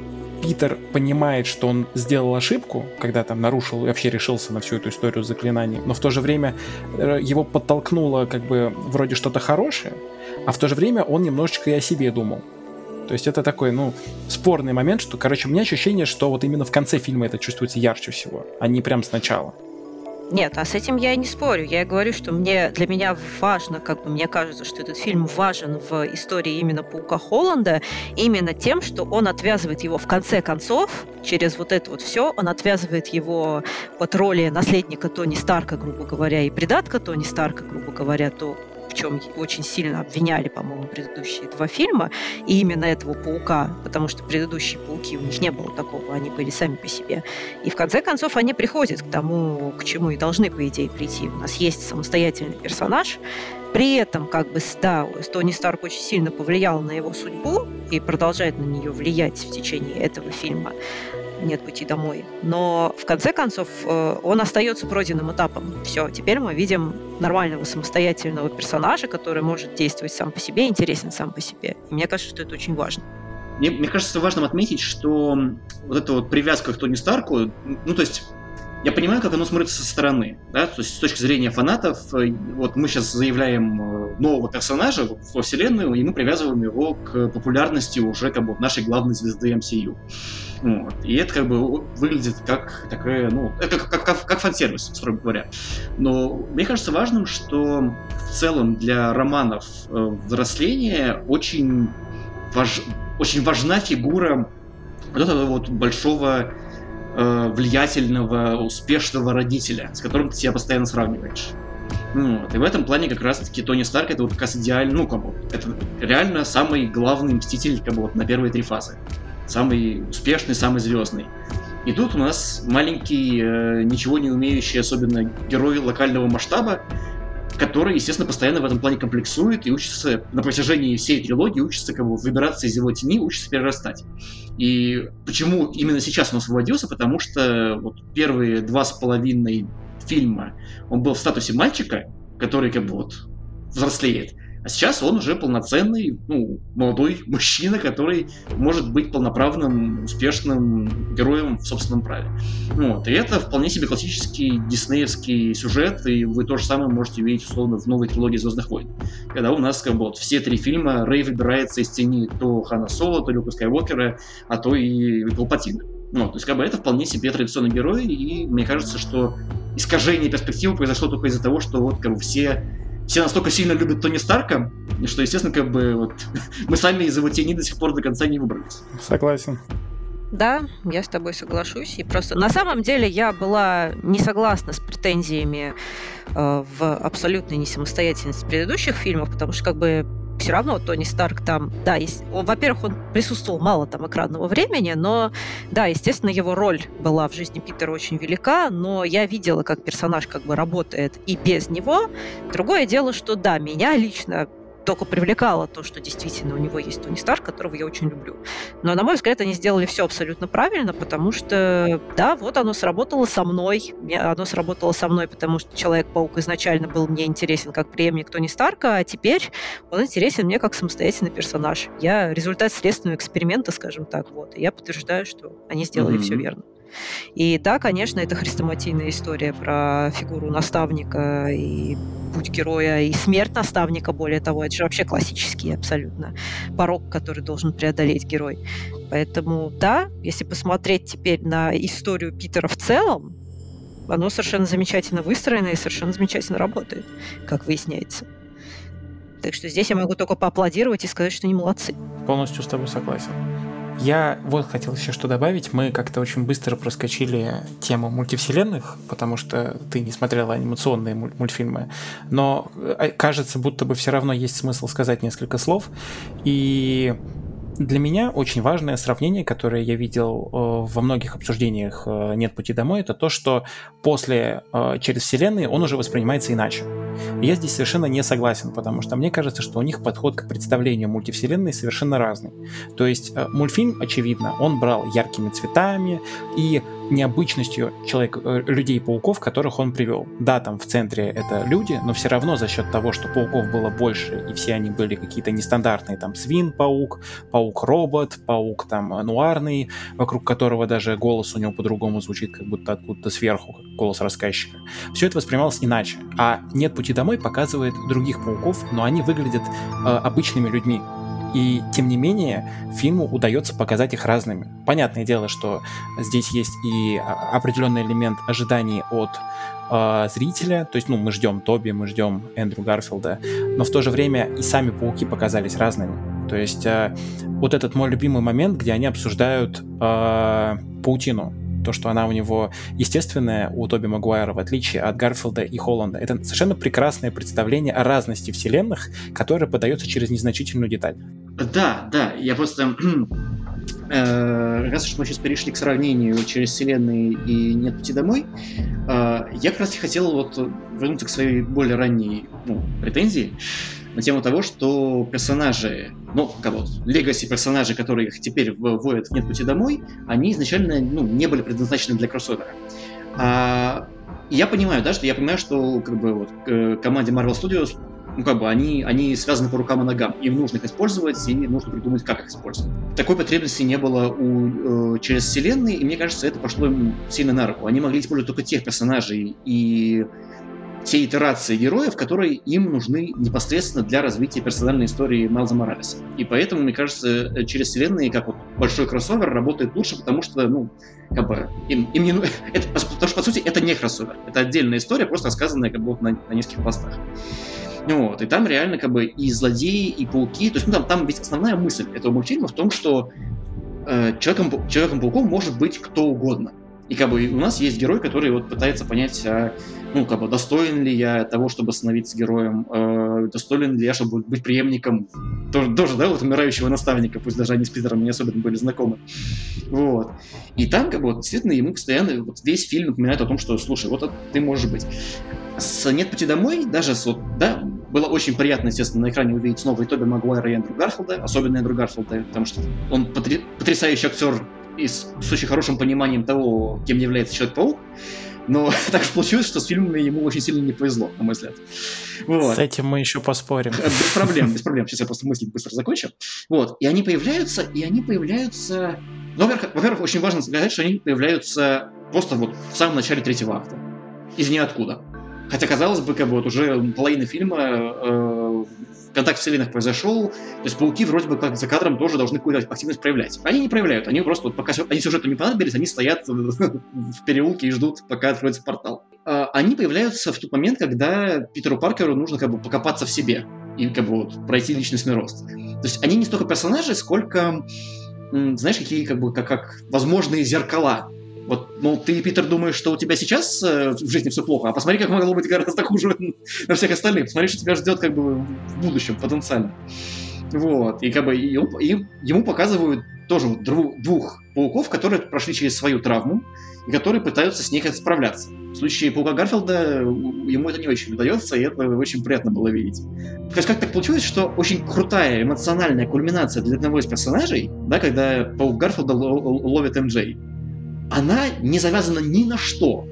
Питер понимает, что он сделал ошибку, когда там нарушил и вообще решился на всю эту историю с заклинанием, но в то же время его подтолкнуло как бы вроде что-то хорошее, а в то же время он немножечко и о себе думал. То есть это такой, ну, спорный момент, что, короче, у меня ощущение, что вот именно в конце фильма это чувствуется ярче всего, а не прям сначала. Нет, а с этим я и не спорю. Я говорю, что мне, для меня важно, как бы мне кажется, что этот фильм важен в истории именно Паука Холланда, именно тем, что он отвязывает его в конце концов, через вот это вот все, он отвязывает его от роли наследника Тони Старка, грубо говоря, и придатка Тони Старка, грубо говоря, то в чем очень сильно обвиняли, по-моему, предыдущие два фильма, и именно этого паука, потому что предыдущие пауки, у них не было такого, они были сами по себе. И в конце концов они приходят к тому, к чему и должны, по идее, прийти. У нас есть самостоятельный персонаж, при этом, как бы, да, Тони Старк очень сильно повлиял на его судьбу и продолжает на нее влиять в течение этого фильма «Нет пути домой». Но, в конце концов, он остается пройденным этапом. Все, теперь мы видим нормального самостоятельного персонажа, который может действовать сам по себе, интересен сам по себе. И мне кажется, что это очень важно. Мне, мне кажется важным отметить, что вот эта вот привязка к Тони Старку, ну, то есть я понимаю, как оно смотрится со стороны, да, то есть с точки зрения фанатов, вот мы сейчас заявляем нового персонажа во вселенную, и мы привязываем его к популярности уже как бы нашей главной звезды эм си ю. Вот. И это как бы выглядит как такая, ну, как, как, как, как фан-сервис, строго говоря. Но мне кажется важным, что в целом для романов взросления очень, важ, очень важна фигура вот этого вот большого влиятельного, успешного родителя, с которым ты себя постоянно сравниваешь. Вот. И в этом плане как раз-таки Тони Старк это вот как раз идеально, ну, как бы, это реально самый главный мститель как бы вот на первые три фазы. Самый успешный, самый звездный. И тут у нас маленький, э, ничего не умеющий особенно герой локального масштаба, который, естественно, постоянно в этом плане комплексует и учится на протяжении всей трилогии, учится как бы выбираться из его тени, учится перерастать. И почему именно сейчас он освободился? Потому что вот первые два с половиной фильма он был в статусе мальчика, который как бы вот взрослеет, а сейчас он уже полноценный, ну, молодой мужчина, который может быть полноправным, успешным героем в собственном праве. Вот. И это вполне себе классический диснеевский сюжет, и вы то же самое можете увидеть, условно, в новой трилогии «Звездных войн», когда у нас как бы вот все три фильма Рэй выбирается из тени то Хана Соло, то Люка Скайуокера, а то и Палпатина. Ну, то есть как бы это вполне себе традиционный герой, и мне кажется, что искажение перспективы произошло только из-за того, что вот как бы все Все настолько сильно любят Тони Старка, что, естественно, как бы вот мы сами из его тени до сих пор до конца не выбрались. Согласен. Да, я с тобой соглашусь. И просто на самом деле я была не согласна с претензиями э, в абсолютной несамостоятельности предыдущих фильмов, потому что как бы все равно Тони Старк там, да, есть, он, во-первых, он присутствовал мало там экранного времени, но, да, естественно, его роль была в жизни Питера очень велика, но я видела, как персонаж как бы работает и без него. Другое дело, что, да, меня лично только привлекало то, что действительно у него есть Тони Старк, которого я очень люблю. Но, на мой взгляд, они сделали все абсолютно правильно, потому что, да, вот оно сработало со мной. Оно сработало со мной, потому что Человек-паук изначально был мне интересен как преемник Тони Старка, а теперь он интересен мне как самостоятельный персонаж. Я результат следственного эксперимента, скажем так, вот. И я подтверждаю, что они сделали mm-hmm. все верно. И да, конечно, это хрестоматийная история про фигуру наставника и путь героя, и смерть наставника, более того. Это же вообще классический абсолютно порог, который должен преодолеть герой. Поэтому да, если посмотреть теперь на историю Питера в целом, оно совершенно замечательно выстроено и совершенно замечательно работает, как выясняется. Так что здесь я могу только поаплодировать и сказать, что они молодцы. Полностью с тобой согласен. Я вот хотел еще что добавить. Мы как-то очень быстро проскочили тему мультивселенных, потому что ты не смотрела анимационные мультфильмы. Но кажется, будто бы все равно есть смысл сказать несколько слов. И для меня очень важное сравнение, которое я видел во многих обсуждениях «Нет пути домой», это то, что после «Через вселенные» он уже воспринимается иначе. И я здесь совершенно не согласен, потому что мне кажется, что у них подход к представлению мультивселенной совершенно разный. То есть мультфильм, очевидно, он брал яркими цветами и необычностью человек, людей-пауков, которых он привел. Да, там в центре это люди, но все равно за счет того, что пауков было больше, и все они были какие-то нестандартные, там свин-паук, паук-робот, паук там нуарный, вокруг которого даже голос у него по-другому звучит, как будто откуда-то сверху, как голос рассказчика. Все это воспринималось иначе. А «Нет пути домой» показывает других пауков, но они выглядят э, обычными людьми. И, тем не менее, фильму удается показать их разными. Понятное дело, что здесь есть и определенный элемент ожиданий от э, зрителя. То есть, ну, мы ждем Тоби, мы ждем Эндрю Гарфилда. Но в то же время и сами пауки показались разными. То есть, э, вот этот мой любимый момент, где они обсуждают э, паутину. то, что она у него естественная, у Тоби Магуайра, в отличие от Гарфилда и Холланда. Это совершенно прекрасное представление о разности вселенных, которое подается через незначительную деталь. Да, да, я просто... Раз уж мы сейчас перешли к сравнению через вселенные и «Нет пути домой», я как раз хотел вот вернуться к своей более ранней ну, претензии на тему того, что персонажи, ну, как вот, легаси персонажей, которые их теперь вводят в «Нет пути домой», они изначально ну, не были предназначены для кроссовера. А, я понимаю, да, что я понимаю, что как бы вот команде Marvel Studios ну, как бы они, они связаны по рукам и ногам. Им нужно их использовать, и нужно придумать, как их использовать. Такой потребности не было у, э, через вселенные, и мне кажется, это пошло им сильно на руку. Они могли использовать только тех персонажей и те итерации героев, которые им нужны непосредственно для развития персональной истории Майлза Моралеса. И поэтому, мне кажется, через вселенные, как вот большой кроссовер, работает лучше, потому что, ну, как бы, им, им не... это, потому что, по сути, это не кроссовер. Это отдельная история, просто рассказанная как бы на, на нескольких пластах. Вот, и там реально как бы и злодеи, и пауки. То есть, ну, там, там ведь основная мысль этого мультфильма в том, что э, человеком, Человеком-пауком может быть кто угодно. И как бы у нас есть герой, который вот пытается понять, а, ну, как бы, достоин ли я того, чтобы становиться героем, э, достоин ли я, чтобы быть преемником тоже, тоже, да, вот умирающего наставника, пусть даже они с Питером не особенно были знакомы. Вот. И там, как бы, вот, действительно, ему постоянно вот, весь фильм напоминает о том, что, слушай, вот ты можешь быть. С «Нет пути домой» даже, вот, да, было очень приятно, естественно, на экране увидеть снова и Тоби Магуайра, и Эндрю Гарфилда, особенно Эндрю Гарфилда, потому что он потри- потрясающий актер и с, с очень хорошим пониманием того, кем является Человек-паук, но так же получилось, что с фильмами ему очень сильно не повезло, на мой взгляд. Вот. С этим мы еще поспорим. Без проблем, без проблем. Сейчас я просто мысли быстро закончу. Вот. И они появляются, и они появляются... Ну, во-первых, во-первых, очень важно сказать, что они появляются просто вот в самом начале третьего акта. Из ниоткуда. Хотя, казалось бы, как бы вот уже половина фильма э, контакт вселенных произошел, то есть пауки вроде бы как за кадром тоже должны какую-то активность проявлять. Они не проявляют, они просто вот пока они сюжету не понадобились, они стоят в переулке и ждут, пока откроется портал. А они появляются в тот момент, когда Питеру Паркеру нужно как бы покопаться в себе и как бы вот пройти личностный рост. То есть они не столько персонажи, сколько, знаешь, какие как бы как, как возможные зеркала. Вот, мол, ты, Питер, думаешь, что у тебя сейчас э, в жизни все плохо, а посмотри, как могло быть гораздо хуже на всех остальных. Посмотри, что тебя ждет как бы в будущем потенциально. Вот. И как бы и, и ему показывают тоже вот двух, двух пауков, которые прошли через свою травму и которые пытаются с ней справляться. В случае паука Гарфилда ему это не очень удается, и это очень приятно было видеть. То есть как так получилось, что очень крутая эмоциональная кульминация для одного из персонажей, да, когда паук Гарфилда ловит эм джей, она не завязана ни на что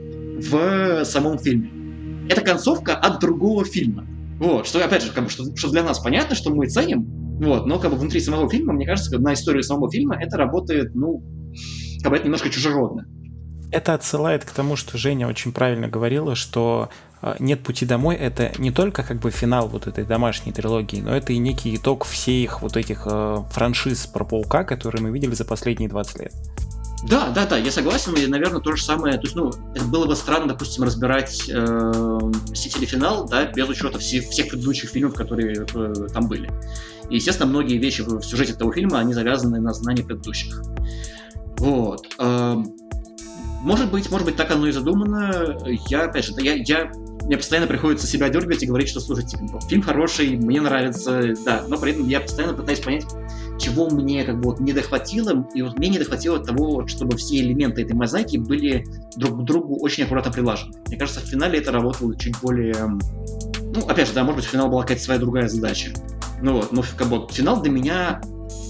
в самом фильме. Это концовка от другого фильма. Вот, что, опять же, как бы, что, что для нас понятно, что мы ценим, вот, но как бы внутри самого фильма, мне кажется, на историю самого фильма это работает, ну, как бы это немножко чужеродно. Это отсылает к тому, что Женя очень правильно говорила, что «Нет пути домой» — это не только как бы финал вот этой домашней трилогии, но это и некий итог всех вот этих э, франшиз про Паука, которые мы видели за последние двадцать лет. Да, да, да, я согласен, и, наверное, то же самое, то есть, ну, это было бы странно, допустим, разбирать э, «Мстители. Финал», да, без учета всех, всех предыдущих фильмов, которые э, там были. И, естественно, многие вещи в сюжете этого фильма, они завязаны на знании предыдущих. Вот. Э, может быть, может быть, так оно и задумано. Я, опять же, я, я, мне постоянно приходится себя дергать и говорить, что, слушайте, фильм хороший, мне нравится, да, но при этом я постоянно пытаюсь понять, чего мне как бы вот не дохватило, и вот мне не дохватило того, чтобы все элементы этой мозаики были друг к другу очень аккуратно прилажены. Мне кажется, в финале это работало чуть более... Ну, опять же, да, может быть, в финал была какая-то своя другая задача. Ну вот, но как бы финал для меня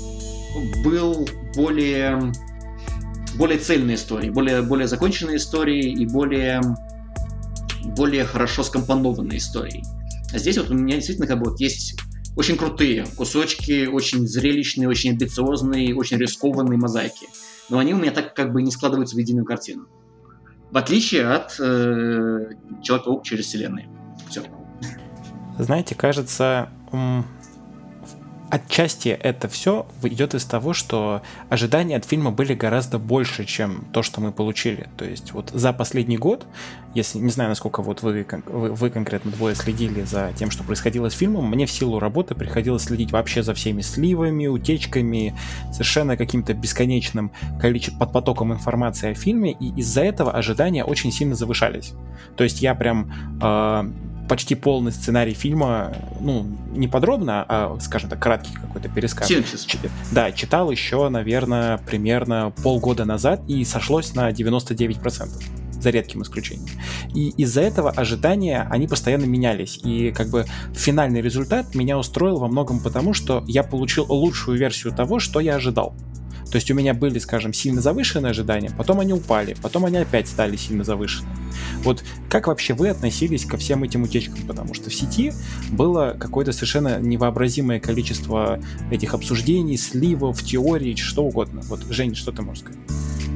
был более... более цельной историей, более, более законченной историей и более... более хорошо скомпонованной историей. А здесь вот у меня действительно как бы вот есть... очень крутые кусочки, очень зрелищные, очень амбициозные, очень рискованные мозаики. Но они у меня так как бы не складываются в единую картину. В отличие от э, Человек-паук через вселенные. Все. Знаете, кажется, отчасти это все идет из того, что ожидания от фильма были гораздо больше, чем то, что мы получили. То есть вот за последний год, если не знаю, насколько вот вы, вы, вы конкретно двое следили за тем, что происходило с фильмом, мне в силу работы приходилось следить вообще за всеми сливами, утечками, совершенно каким-то бесконечным количеством, под потоком информации о фильме, и из-за этого ожидания очень сильно завышались. То есть я прям... Э, почти полный сценарий фильма, ну, не подробно, а, скажем так, краткий какой-то пересказ. Синопсис. Ч- да, читал еще, наверное, примерно полгода назад и сошлось на девяносто девять процентов, за редким исключением. И из-за этого ожидания, они постоянно менялись. И как бы финальный результат меня устроил во многом потому, что я получил лучшую версию того, что я ожидал. То есть у меня были, скажем, сильно завышенные ожидания, потом они упали, потом они опять стали сильно завышенными. Вот как вообще вы относились ко всем этим утечкам? Потому что в сети было какое-то совершенно невообразимое количество этих обсуждений, сливов, теорий, что угодно. Вот, Жень, что ты можешь сказать?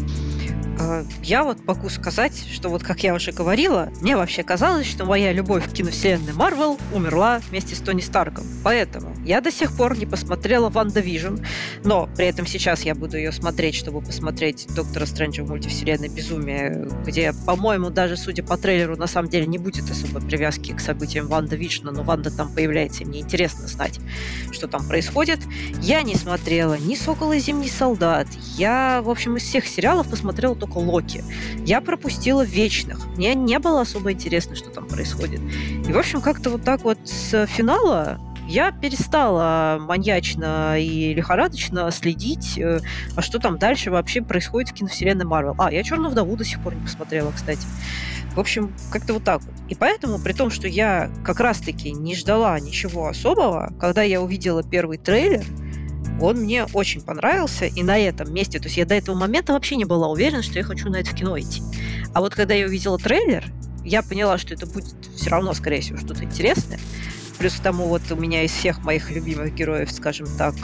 Я вот могу сказать, что вот как я уже говорила, мне вообще казалось, что моя любовь к киновселенной Марвел умерла вместе с Тони Старком. Поэтому я до сих пор не посмотрела Ванда Вижн, но при этом сейчас я буду ее смотреть, чтобы посмотреть Доктора Стрэнджа в мультивселенной Безумие, где, по-моему, даже судя по трейлеру, на самом деле не будет особой привязки к событиям Ванда Вижна, но Ванда там появляется, и мне интересно знать, что там происходит. Я не смотрела ни «Сокола и Зимний солдат», я, в общем, из всех сериалов посмотрела только Локи. Я пропустила Вечных. Мне не было особо интересно, что там происходит. И, в общем, как-то вот так вот с финала я перестала маньячно и лихорадочно следить, а что там дальше вообще происходит в киновселенной Марвел. А, я «Черную вдову» до сих пор не посмотрела, кстати. В общем, как-то вот так вот. И поэтому, при том, что я как раз-таки не ждала ничего особого, когда я увидела первый трейлер, он мне очень понравился, и на этом месте, то есть я до этого момента вообще не была уверена, что я хочу на это в кино идти. А вот когда я увидела трейлер, я поняла, что это будет все равно, скорее всего, что-то интересное. Плюс к тому, вот у меня из всех моих любимых героев, скажем так,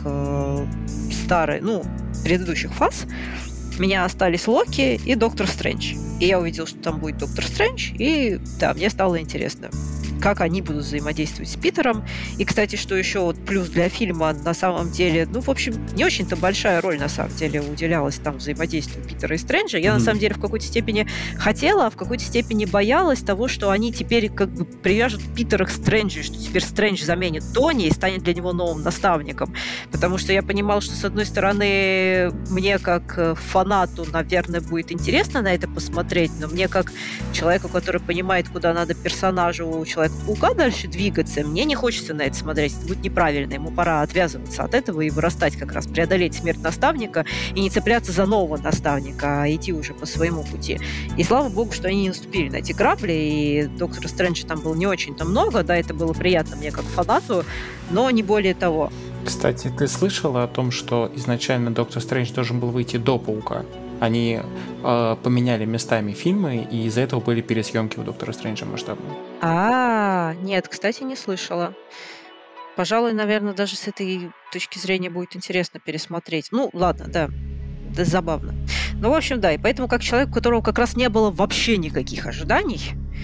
старые, ну, предыдущих фаз, у меня остались Локи и Доктор Стрэндж. И я увидела, что там будет Доктор Стрэндж, и да, мне стало интересно, как они будут взаимодействовать с Питером. И, кстати, что еще вот плюс для фильма, на самом деле, ну, в общем, не очень-то большая роль, на самом деле, уделялась там взаимодействию Питера и Стрэнджа. Я, mm-hmm. на самом деле, в какой-то степени хотела, а в какой-то степени боялась того, что они теперь как бы привяжут Питера к Стрэнджу, что теперь Стрэндж заменит Тони и станет для него новым наставником. Потому что я понимала, что, с одной стороны, мне как фанату, наверное, будет интересно на это посмотреть, но мне как человеку, который понимает, куда надо персонажу Человека-паука дальше двигаться, мне не хочется на это смотреть. Это будет неправильно. Ему пора отвязываться от этого и вырастать как раз, преодолеть смерть наставника и не цепляться за нового наставника, а идти уже по своему пути. И слава богу, что они не наступили на эти грабли, и Доктора Стрэнджа там было не очень-то много, да, это было приятно мне как фанату, но не более того. Кстати, ты слышала о том, что изначально Доктор Стрэндж должен был выйти до Паука? Они э, поменяли местами фильмы, и из-за этого были пересъемки у Доктора Стрэнджа масштабные. А, нет, кстати, не слышала. Пожалуй, наверное, даже с этой точки зрения будет интересно пересмотреть. Ну, ладно, да, да, забавно. Ну, в общем, да, и поэтому, как человек, у которого как раз не было вообще никаких ожиданий,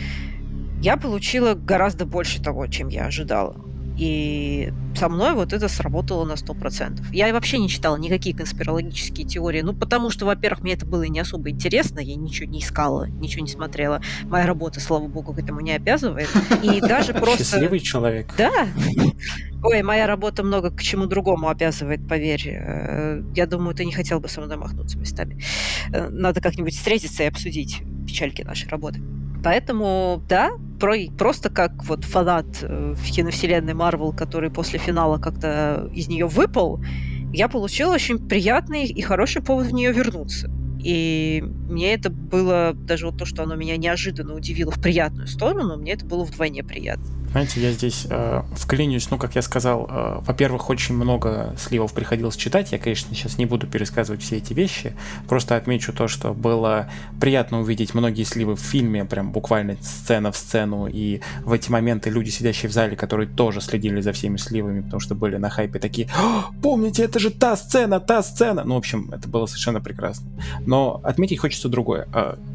я получила гораздо больше того, чем я ожидала. И со мной вот это сработало на сто процентов. Я вообще не читала никакие конспирологические теории, ну, потому что, во-первых, мне это было не особо интересно, я ничего не искала, ничего не смотрела. Моя работа, слава богу, к этому не обязывает. И даже просто... Счастливый человек. Да. Ой, моя работа много к чему другому обязывает, поверь. Я думаю, ты не хотел бы со мной махнуться местами. Надо как-нибудь встретиться и обсудить печальки нашей работы. Поэтому, да, про, просто как вот фанат в киновселенной Марвел, который после финала как-то из нее выпал, я получила очень приятный и хороший повод в нее вернуться. И мне это было, даже вот то, что оно меня неожиданно удивило в приятную сторону, мне это было вдвойне приятно. Знаете, я здесь э, вклинюсь, ну, как я сказал, э, во-первых, очень много сливов приходилось читать, я, конечно, сейчас не буду пересказывать все эти вещи, просто отмечу то, что было приятно увидеть многие сливы в фильме, прям буквально сцена в сцену, и в эти моменты люди, сидящие в зале, которые тоже следили за всеми сливами, потому что были на хайпе, такие: помните, это же та сцена, та сцена! Ну, в общем, это было совершенно прекрасно. Но отметить хочется другое.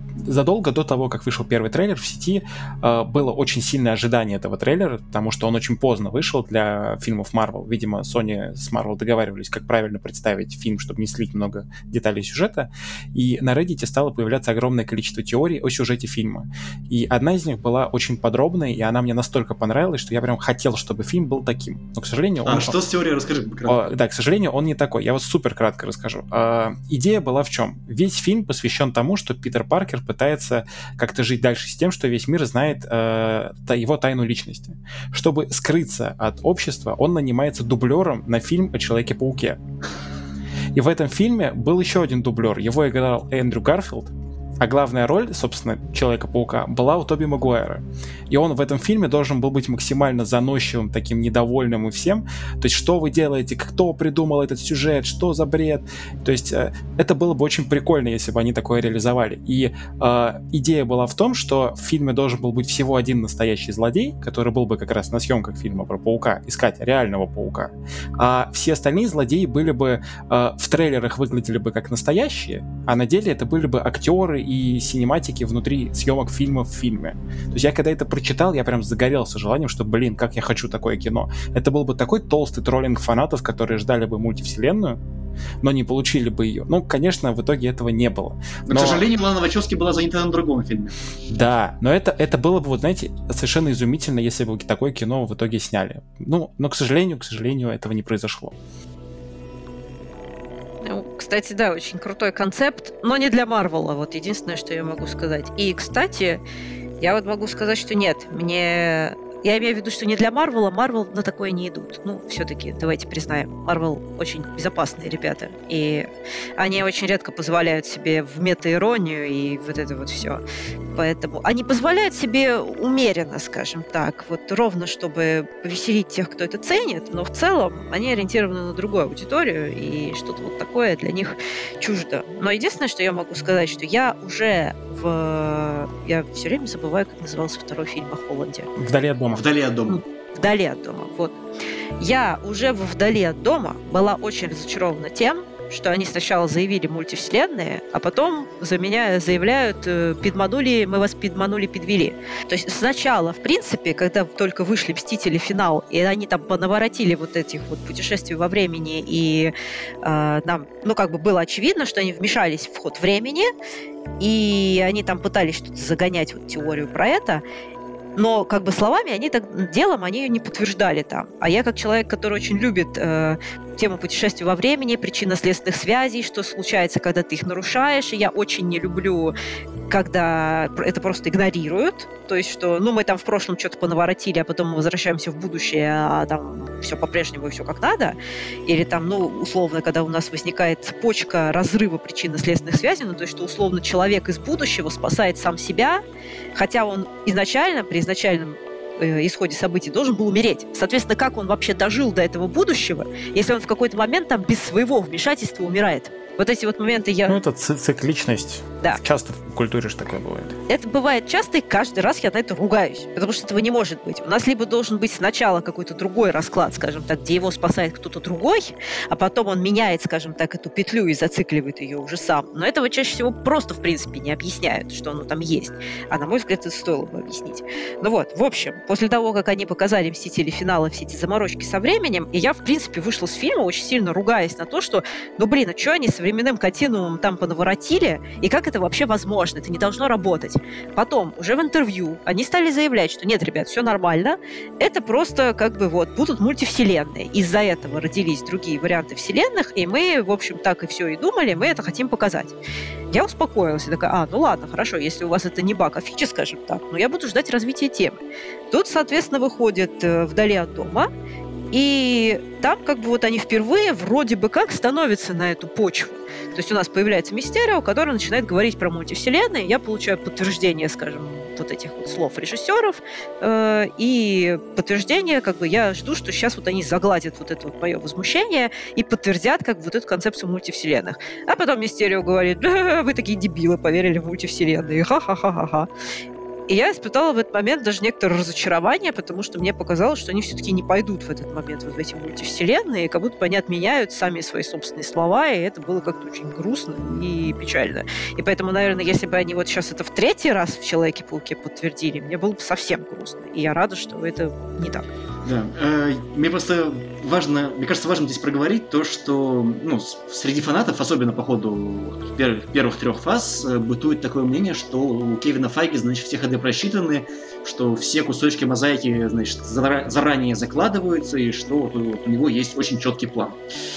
задолго до того, как вышел первый трейлер, в сети э, было очень сильное ожидание этого трейлера, потому что он очень поздно вышел для фильмов Marvel. Видимо, Sony с Marvel договаривались, как правильно представить фильм, чтобы не слить много деталей сюжета. И на Reddit стало появляться огромное количество теорий о сюжете фильма. И одна из них была очень подробной, и она мне настолько понравилась, что я прям хотел, чтобы фильм был таким. Но, к сожалению, он... А что с теорией? Расскажи кратко. Да, к сожалению, он не такой. Я вот супер кратко расскажу. А, идея была в чем? Весь фильм посвящен тому, что Питер Паркер пытается как-то жить дальше с тем, что весь мир знает э, его тайну личности. Чтобы скрыться от общества, он нанимается дублером на фильм о Человеке-пауке. И в этом фильме был еще один дублер. Его играл Эндрю Гарфилд. А главная роль, собственно, Человека-паука была у Тоби Магуайра. И он в этом фильме должен был быть максимально заносчивым, таким недовольным и всем. То есть, что вы делаете, кто придумал этот сюжет, что за бред. То есть, э, это было бы очень прикольно, если бы они такое реализовали. И э, идея была в том, что в фильме должен был быть всего один настоящий злодей, который был бы как раз на съемках фильма про паука, искать реального паука. А все остальные злодеи были бы э, в трейлерах выглядели бы как настоящие, а на деле это были бы актеры и синематики внутри съемок фильма в фильме. То есть я когда это прочитал, я прям загорелся желанием, что, блин, как я хочу такое кино. Это был бы такой толстый троллинг фанатов, которые ждали бы мультивселенную, но не получили бы ее. Ну, конечно, в итоге этого не было. Но, но... к сожалению, Лана Вачовски была занята на другом фильме. Да, но это, это было бы, вот знаете, совершенно изумительно, если бы такое кино в итоге сняли. Ну, но, к сожалению, к сожалению, этого не произошло. Ну, кстати, да, очень крутой концепт, но не для Марвела, вот единственное, что я могу сказать. И, кстати, я вот могу сказать, что нет, мне... Я имею в виду, что не для Марвела, Марвел на такое не идут. Ну, все-таки, давайте признаем, Марвел очень безопасные ребята, и они очень редко позволяют себе в мета-иронию и вот это вот все. Поэтому они позволяют себе умеренно, скажем так, вот ровно, чтобы повеселить тех, кто это ценит, но в целом они ориентированы на другую аудиторию, и что-то вот такое для них чуждо. Но единственное, что я могу сказать, что я уже в... Я все время забываю, как назывался второй фильм о Холланде. «Вдали от дома». «Вдали от дома». «Вдали от дома», вот. Я уже в «Вдали от дома» была очень разочарована тем, что они сначала заявили мультивселенные, а потом за меня заявляют «Пидманули, мы вас пидманули, подвели». То есть сначала, в принципе, когда только вышли «Мстители. Финал», и они там наворотили вот этих вот путешествий во времени, и э, нам, ну, как бы было очевидно, что они вмешались в ход времени, и они там пытались что-то загонять, вот теорию про это, но как бы словами они так, делом они ее не подтверждали там. А я как человек, который очень любит э, тему путешествий во времени, причинно-следственных связей, что случается, когда ты их нарушаешь, и я очень не люблю, когда это просто игнорируют, то есть что, ну, мы там в прошлом что-то понаворотили, а потом мы возвращаемся в будущее, а там все по-прежнему и все как надо, или там, ну, условно, когда у нас возникает цепочка разрыва причинно-следственных связей, ну, то есть что, условно, человек из будущего спасает сам себя, хотя он изначально, при изначальном э, исходе событий должен был умереть. Соответственно, как он вообще дожил до этого будущего, если он в какой-то момент там без своего вмешательства умирает? Вот эти вот моменты я... Ну, это цикличность. Да. Часто в культуре же такое бывает. Это бывает часто, и каждый раз я на это ругаюсь, потому что этого не может быть. У нас либо должен быть сначала какой-то другой расклад, скажем так, где его спасает кто-то другой, а потом он меняет, скажем так, эту петлю и зацикливает ее уже сам. Но этого чаще всего просто, в принципе, не объясняют, что оно там есть. А на мой взгляд, это стоило бы объяснить. Ну вот, в общем, после того, как они показали «Мстители. Финала», все эти заморочки со временем, и я, в принципе, вышла с фильма, очень сильно ругаясь на то, что, ну, блин, а что они со временным континуумом там понаворотили, и как это вообще возможно? Это не должно работать. Потом, уже в интервью, они стали заявлять, что нет, ребят, все нормально, это просто как бы вот будут мультивселенные. Из-за этого родились другие варианты вселенных, и мы, в общем, так и все и думали, мы это хотим показать. Я успокоилась и такая, а, ну ладно, хорошо, если у вас это не баг, а фича, скажем так, но я буду ждать развития темы. Тут, соответственно, выходит «Вдали от дома», и там как бы вот они впервые вроде бы как становятся на эту почву. То есть у нас появляется Мистерио, который начинает говорить про мультивселенные. Я получаю подтверждение, скажем, вот этих вот слов режиссеров. Э, и подтверждение, как бы я жду, что сейчас вот они загладят вот это вот мое возмущение и подтвердят как бы вот эту концепцию мультивселенных. А потом Мистерио говорит, да, вы такие дебилы, поверили в мультивселенные. Ха-ха-ха-ха-ха. И я испытала в этот момент даже некоторое разочарование, потому что мне показалось, что они все-таки не пойдут в этот момент вот в эти мультивселенные, как будто бы они отменяют сами свои собственные слова, и это было как-то очень грустно и печально. И поэтому, наверное, если бы они вот сейчас это в третий раз в Человеке-пауке подтвердили, мне было бы совсем грустно. И я рада, что это не так. Да, э, мне просто важно, мне кажется, важно здесь проговорить то, что ну, среди фанатов, особенно по ходу первых, первых трех фаз, бытует такое мнение, что у Кевина Файги, значит, все ходы просчитаны, что все кусочки мозаики, значит, заранее закладываются, и что вот, вот, у него есть очень четкий план.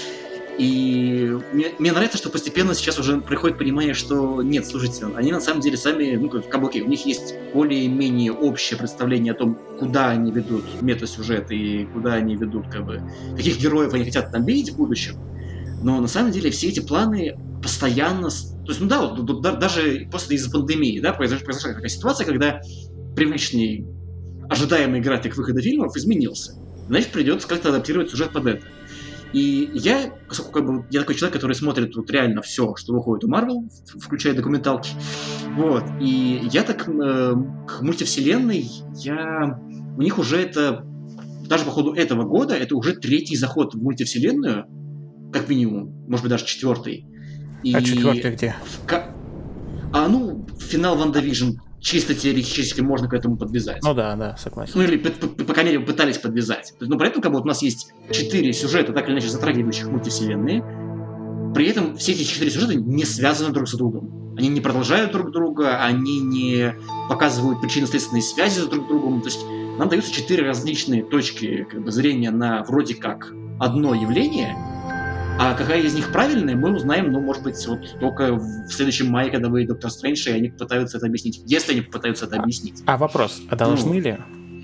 И мне, мне нравится, что постепенно сейчас уже приходит понимание, что нет, слушайте, они на самом деле сами, ну, как каблуки, у них есть более-менее общее представление о том, куда они ведут мета-сюжет и куда они ведут, как бы, каких героев они хотят там видеть в будущем. Но на самом деле все эти планы постоянно... То есть, ну да, вот, даже после из-за пандемии, да, произошла, произошла такая ситуация, когда привычный, ожидаемый график выхода фильмов изменился. Значит, придется как-то адаптировать сюжет под это. И я, поскольку как бы, я такой человек, который смотрит вот реально все, что выходит у Marvel, включая документалки, вот, и я так э, к мультивселенной, я... у них уже это, даже по ходу этого года, это уже третий заход в мультивселенную, как минимум, может быть, даже четвертый. И... А четвертый где? К... А, ну, финал WandaVision чисто теоретически можно к этому подвязать. Ну да, да, согласен. Ну или, по, по, по крайней мере, пытались подвязать. Но при этом, как бы, вот у нас есть четыре сюжета, так или иначе затрагивающих мультивселенные. При этом все эти четыре сюжета не связаны друг с другом. Они не продолжают друг друга, они не показывают причинно-следственные связи с друг другом. То есть нам даются четыре различные точки как бы, зрения на вроде как одно явление. А какая из них правильная, мы узнаем, ну, может быть, вот только в следующем мае, когда выйдет Доктор Стрэндж, и они попытаются это объяснить. Если они попытаются это объяснить. А, а вопрос, а должны ну, ли?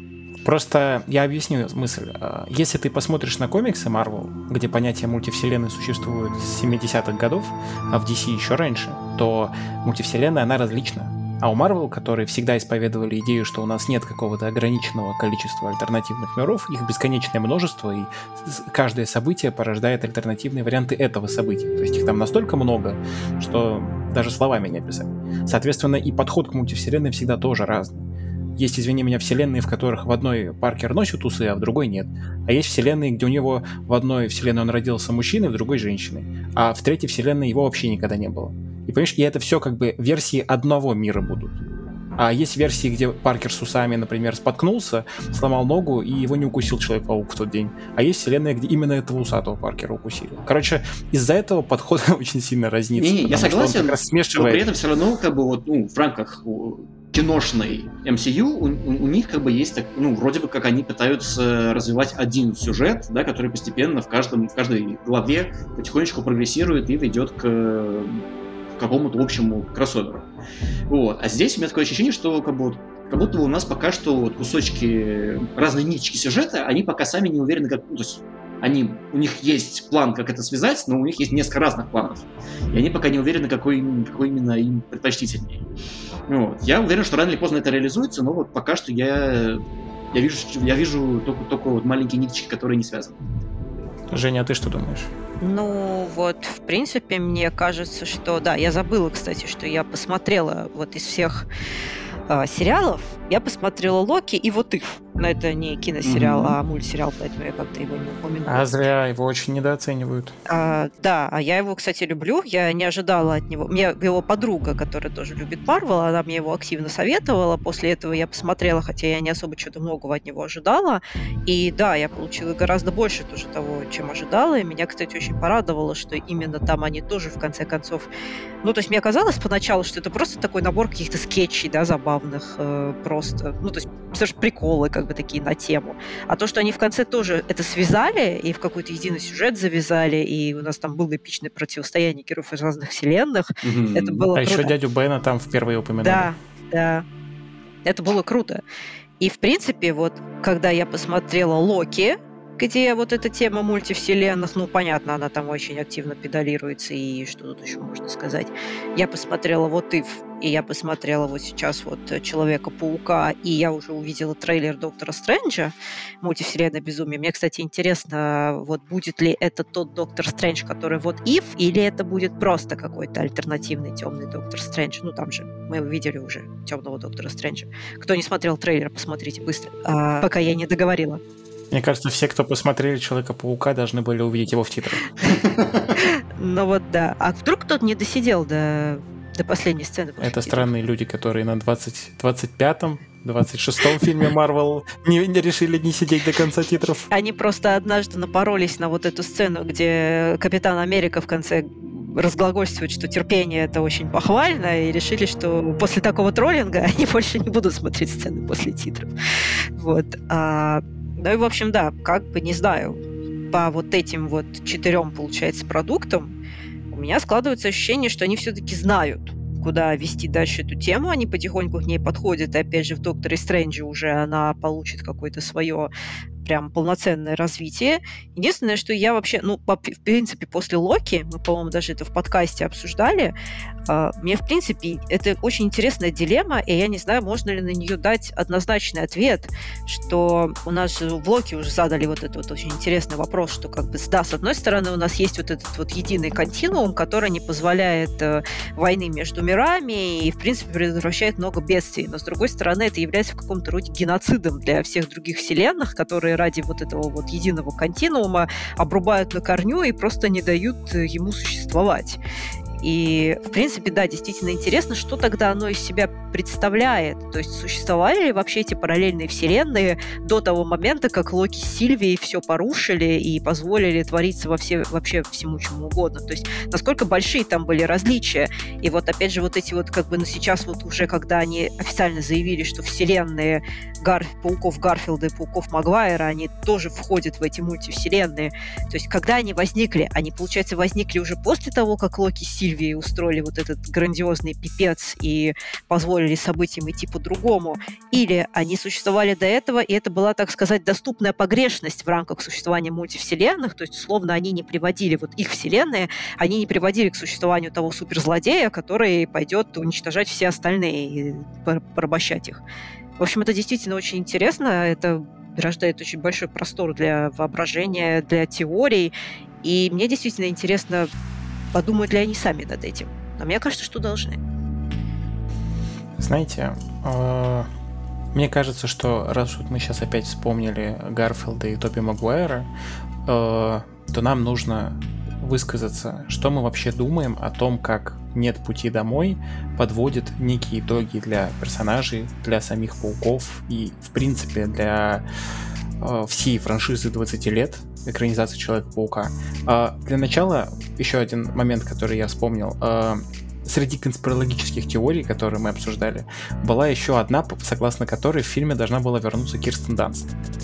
Просто я объясню мысль. Если ты посмотришь на комиксы Marvel, где понятие мультивселенной существует с семидесятых годов, а в ди си еще раньше, то мультивселенная, она различна. А у Marvel, которые всегда исповедовали идею, что у нас нет какого-то ограниченного количества альтернативных миров, их бесконечное множество, и каждое событие порождает альтернативные варианты этого события. То есть их там настолько много, что даже словами не описать. Соответственно, и подход к мультивселенной всегда тоже разный. Есть, извини меня, вселенные, в которых в одной Паркер носит усы, а в другой нет. А есть вселенные, где у него в одной вселенной он родился мужчиной, в другой женщиной. А в третьей вселенной его вообще никогда не было. И понимаешь, и это все как бы версии одного мира будут. А есть версии, где Паркер с усами, например, споткнулся, сломал ногу, и его не укусил Человек-паук в тот день. А есть вселенная, где именно этого усатого Паркера укусили. Короче, из-за этого подход очень сильно разнится. Не, не, я согласен, как раз смешивает... но при этом все равно как бы вот, ну, в рамках киношной эм си ю у, у, у них как бы есть, так, ну, вроде бы как они пытаются развивать один сюжет, да, который постепенно в, каждом, в каждой главе потихонечку прогрессирует и ведет к какому-то общему кроссоверу. Вот. А здесь у меня такое ощущение, что как, бы, как будто бы у нас пока что вот кусочки, разные ниточки сюжета, они пока сами не уверены, как... Ну, то есть они, у них есть план, как это связать, но у них есть несколько разных планов. И они пока не уверены, какой, какой именно им предпочтительнее. Вот. Я уверен, что рано или поздно это реализуется, но вот пока что я, я вижу, я вижу только, только вот маленькие ниточки, которые не связаны. Женя, а ты что думаешь? Ну, вот, в принципе, мне кажется, что... Да, я забыла, кстати, что я посмотрела вот из всех э, сериалов, я посмотрела «Локи» и «Вот If». Но это не киносериал, mm-hmm. а мультсериал, поэтому я как-то его не упомянула. А зря, его очень недооценивают. А, да, а я его, кстати, люблю. Я не ожидала от него. Мне его подруга, которая тоже любит Марвел, она мне его активно советовала. После этого я посмотрела, хотя я не особо что-то многого от него ожидала. И да, я получила гораздо больше тоже того, чем ожидала. И меня, кстати, очень порадовало, что именно там они тоже, в конце концов... Ну, то есть мне казалось поначалу, что это просто такой набор каких-то скетчей, да, забавных, э, просто. Ну, то есть, даже приколы, как бы такие на тему. А то, что они в конце тоже это связали и в какой-то единый сюжет завязали, и у нас там было эпичное противостояние героев из разных вселенных, mm-hmm. это было а круто. еще дядю Бена там впервые упомянули. Да, да. Это было круто. И, в принципе, вот, когда я посмотрела «Локи», где вот эта тема мультивселенных, ну, понятно, она там очень активно педалируется, и что тут еще можно сказать. Я посмотрела «Вот If», и я посмотрела вот сейчас вот Человека-паука, и я уже увидела трейлер Доктора Стрэнджа, мультивселенная безумие. Мне, кстати, интересно, вот будет ли это тот Доктор Стрэндж, который вот Ив, или это будет просто какой-то альтернативный темный Доктор Стрэндж. Ну, там же мы видели уже темного Доктора Стрэнджа. Кто не смотрел трейлер, посмотрите быстро, а, пока я не договорила. Мне кажется, все, кто посмотрели Человека-паука, должны были увидеть его в титрах. Ну вот да. А вдруг кто-то не досидел до, до последней сцены? Это странные люди, которые на двадцать, двадцать пятом, двадцать шестом фильме Marvel не, не решили не сидеть до конца титров. Они просто однажды напоролись на вот эту сцену, где Капитан Америка в конце разглагольствует, что терпение — это очень похвально, и решили, что после такого троллинга они больше не будут смотреть сцены после титров. Вот. А, ну и, в общем, да, как бы, не знаю, по вот этим вот четырем, получается, продуктам у меня складывается ощущение, что они все-таки знают, куда вести дальше эту тему, они потихоньку к ней подходят, и опять же в Докторе Стрэнджи уже она получит какое-то свое прям полноценное развитие. Единственное, что я вообще, ну, по, в принципе, после Локи, мы, по-моему, даже это в подкасте обсуждали, э, мне, в принципе, это очень интересная дилемма, и я не знаю, можно ли на нее дать однозначный ответ, что у нас в Локи уже задали вот этот вот очень интересный вопрос, что, как бы, да, с одной стороны, у нас есть вот этот вот единый континуум, который не позволяет э, войны между мирами и, в принципе, предотвращает много бедствий, но, с другой стороны, это является в каком-то роде геноцидом для всех других вселенных, которые ради вот этого вот единого континуума обрубают на корню и просто не дают ему существовать. И, в принципе, да, действительно интересно, что тогда оно из себя представляет. То есть существовали ли вообще эти параллельные вселенные до того момента, как Локи с Сильвией все порушили и позволили твориться во все, вообще всему чему угодно. То есть насколько большие там были различия. И вот опять же вот эти вот как бы, ну сейчас вот уже, когда они официально заявили, что вселенные Гар... пауков Гарфилда и пауков Магуайра, они тоже входят в эти мультивселенные. То есть когда они возникли? Они, получается, возникли уже после того, как Локи с Сильвией устроили вот этот грандиозный пипец и позволили событиям идти по-другому, или они существовали до этого, и это была, так сказать, доступная погрешность в рамках существования мультивселенных, то есть, условно, они не приводили, вот их вселенные, они не приводили к существованию того суперзлодея, который пойдет уничтожать все остальные и порабощать их. В общем, это действительно очень интересно, это рождает очень большой простор для воображения, для теорий, и мне действительно интересно, подумают ли они сами над этим. Но мне кажется, что должны. Знаете, э, мне кажется, что раз вот мы сейчас опять вспомнили Гарфилда и Тоби Магуайра, э, то нам нужно высказаться, что мы вообще думаем о том, как «Нет пути домой» подводит некие итоги для персонажей, для самих пауков и, в принципе, для э, всей франшизы двадцати лет экранизации Человека-паука. Э, для начала еще один момент, который я вспомнил. Э, Среди конспирологических теорий, которые мы обсуждали, была еще одна, согласно которой в фильме должна была вернуться Кирстен Данст.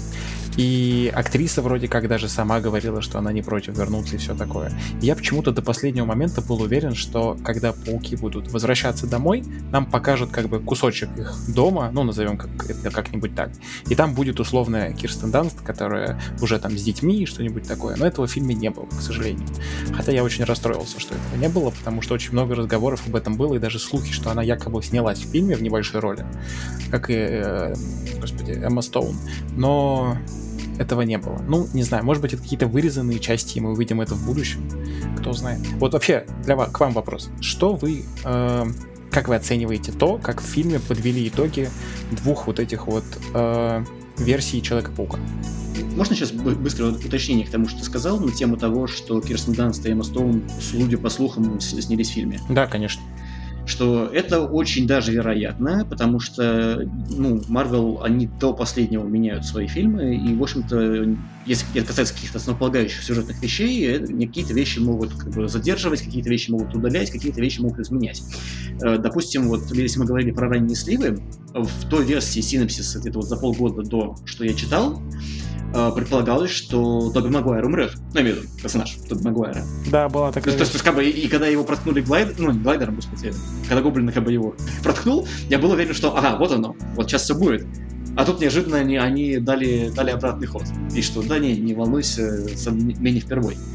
И актриса вроде как даже сама говорила, что она не против вернуться и все такое. И я почему-то до последнего момента был уверен, что когда пауки будут возвращаться домой, нам покажут как бы кусочек их дома, ну назовем как, это как-нибудь так. И там будет условная Кирстен Данст, которая уже там с детьми и что-нибудь такое. Но этого в фильме не было, к сожалению. Хотя я очень расстроился, что этого не было, потому что очень много разговоров об этом было, и даже слухи, что она якобы снялась в фильме в небольшой роли, как и, э, господи, Эмма Стоун. Но этого не было. Ну, не знаю, может быть, это какие-то вырезанные части, и мы увидим это в будущем. Кто знает. Вот вообще, для вас, к вам вопрос. Что вы, э, как вы оцениваете то, как в фильме подвели итоги двух вот этих вот э, версий Человека-паука? Можно сейчас быстрое уточнение к тому, что ты сказал, на тему того, что Кирстен Данст и Эмма Стоун, судя по слухам, снялись в фильме? Да, конечно. Что это очень даже вероятно, потому что, ну, Marvel, они до последнего меняют свои фильмы, и, в общем-то, если это касается каких-то основополагающих сюжетных вещей, какие-то вещи могут как бы задерживать, какие-то вещи могут удалять, какие-то вещи могут изменять. Допустим, вот если мы говорили про ранние сливы, в той версии синопсиса, где-то вот за полгода до, что я читал, предполагалось, что Тоби Магуайр умрет. Ну, я имею в виду, персонаж Тоби Магуайра. Да, была такая. То, то есть, как бы, и, и когда его проткнули глайдером, ну, не глайдером, господи, когда Гоблин как бы его проткнул, я был уверен, что, ага, вот оно, вот сейчас все будет. А тут неожиданно они, они дали, дали обратный ход. И что, да не, не волнуйся, сам, мне не впервой.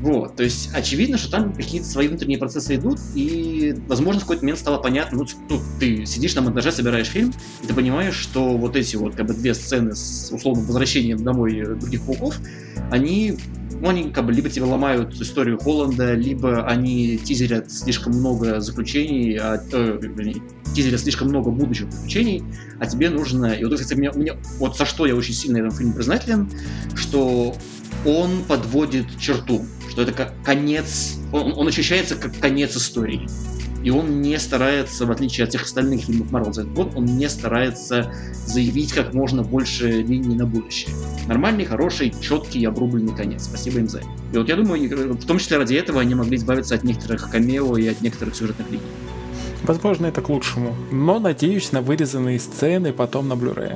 Вот, то есть очевидно, что там какие-то свои внутренние процессы идут, и, возможно, в какой-то момент стало понятно, ну, ну, ты сидишь на монтаже, собираешь фильм, и ты понимаешь, что вот эти вот, как бы, две сцены с условным возвращением домой других пауков, они, ну, они, как бы, либо тебе ломают историю Холланда, либо они тизерят слишком много заключений, а, э, тизерят слишком много будущих приключений, а тебе нужно... И вот, кстати, меня, меня, вот за что я очень сильно этому фильму признателен, что он подводит черту, что это как конец, он, он ощущается как конец истории. И он не старается, в отличие от тех остальных фильмов Marvel за этот год, он не старается заявить как можно больше линий на будущее. Нормальный, хороший, четкий, обрубленный конец. Спасибо им за это. И вот я думаю, в том числе ради этого они могли избавиться от некоторых камео и от некоторых сюжетных линий. Возможно, это к лучшему. Но надеюсь на вырезанные сцены потом на Blu-ray.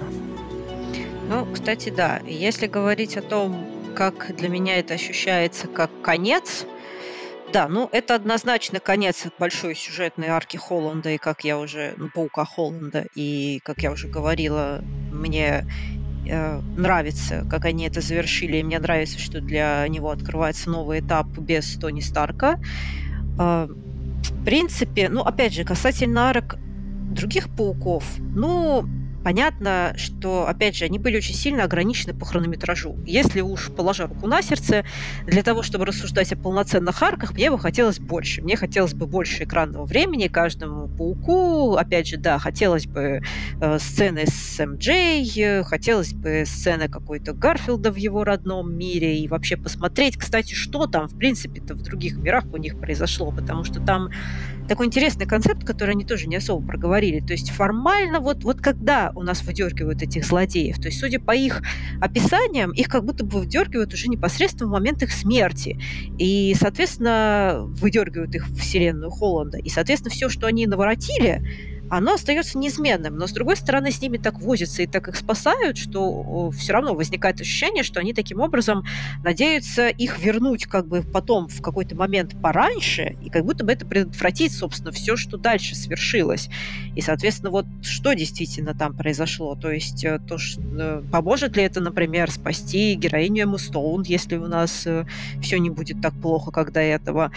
Ну, кстати, да. Если говорить о том, как для меня это ощущается как конец, да, ну это однозначно конец большой сюжетной арки Холланда, и как я уже, ну, Паука Холланда, и как я уже говорила, мне э, нравится, как они это завершили, и мне нравится, что для него открывается новый этап без Тони Старка. Э, в принципе, ну, опять же, касательно арок других пауков, ну, понятно, что, опять же, они были очень сильно ограничены по хронометражу. Если уж, положа руку на сердце, для того, чтобы рассуждать о полноценных арках, мне бы хотелось больше. Мне хотелось бы больше экранного времени каждому пауку. Опять же, да, хотелось бы э, сцены с эм джей, хотелось бы сцены какой-то Гарфилда в его родном мире, и вообще посмотреть, кстати, что там, в принципе-то, в других мирах у них произошло, потому что там такой интересный концепт, который они тоже не особо проговорили. То есть формально вот, вот когда у нас выдергивают этих злодеев, то есть, судя по их описаниям, их как будто бы выдергивают уже непосредственно в момент их смерти. И, соответственно, выдергивают их в вселенную Холланда. И, соответственно, все, что они наворотили, оно остается неизменным. Но, с другой стороны, с ними так возятся и так их спасают, что все равно возникает ощущение, что они таким образом надеются их вернуть как бы потом в какой-то момент пораньше, и как будто бы это предотвратит, собственно, все, что дальше свершилось. И, соответственно, вот что действительно там произошло. То есть, то, что, поможет ли это, например, спасти героиню Эмму Стоун, если у нас все не будет так плохо, как до этого.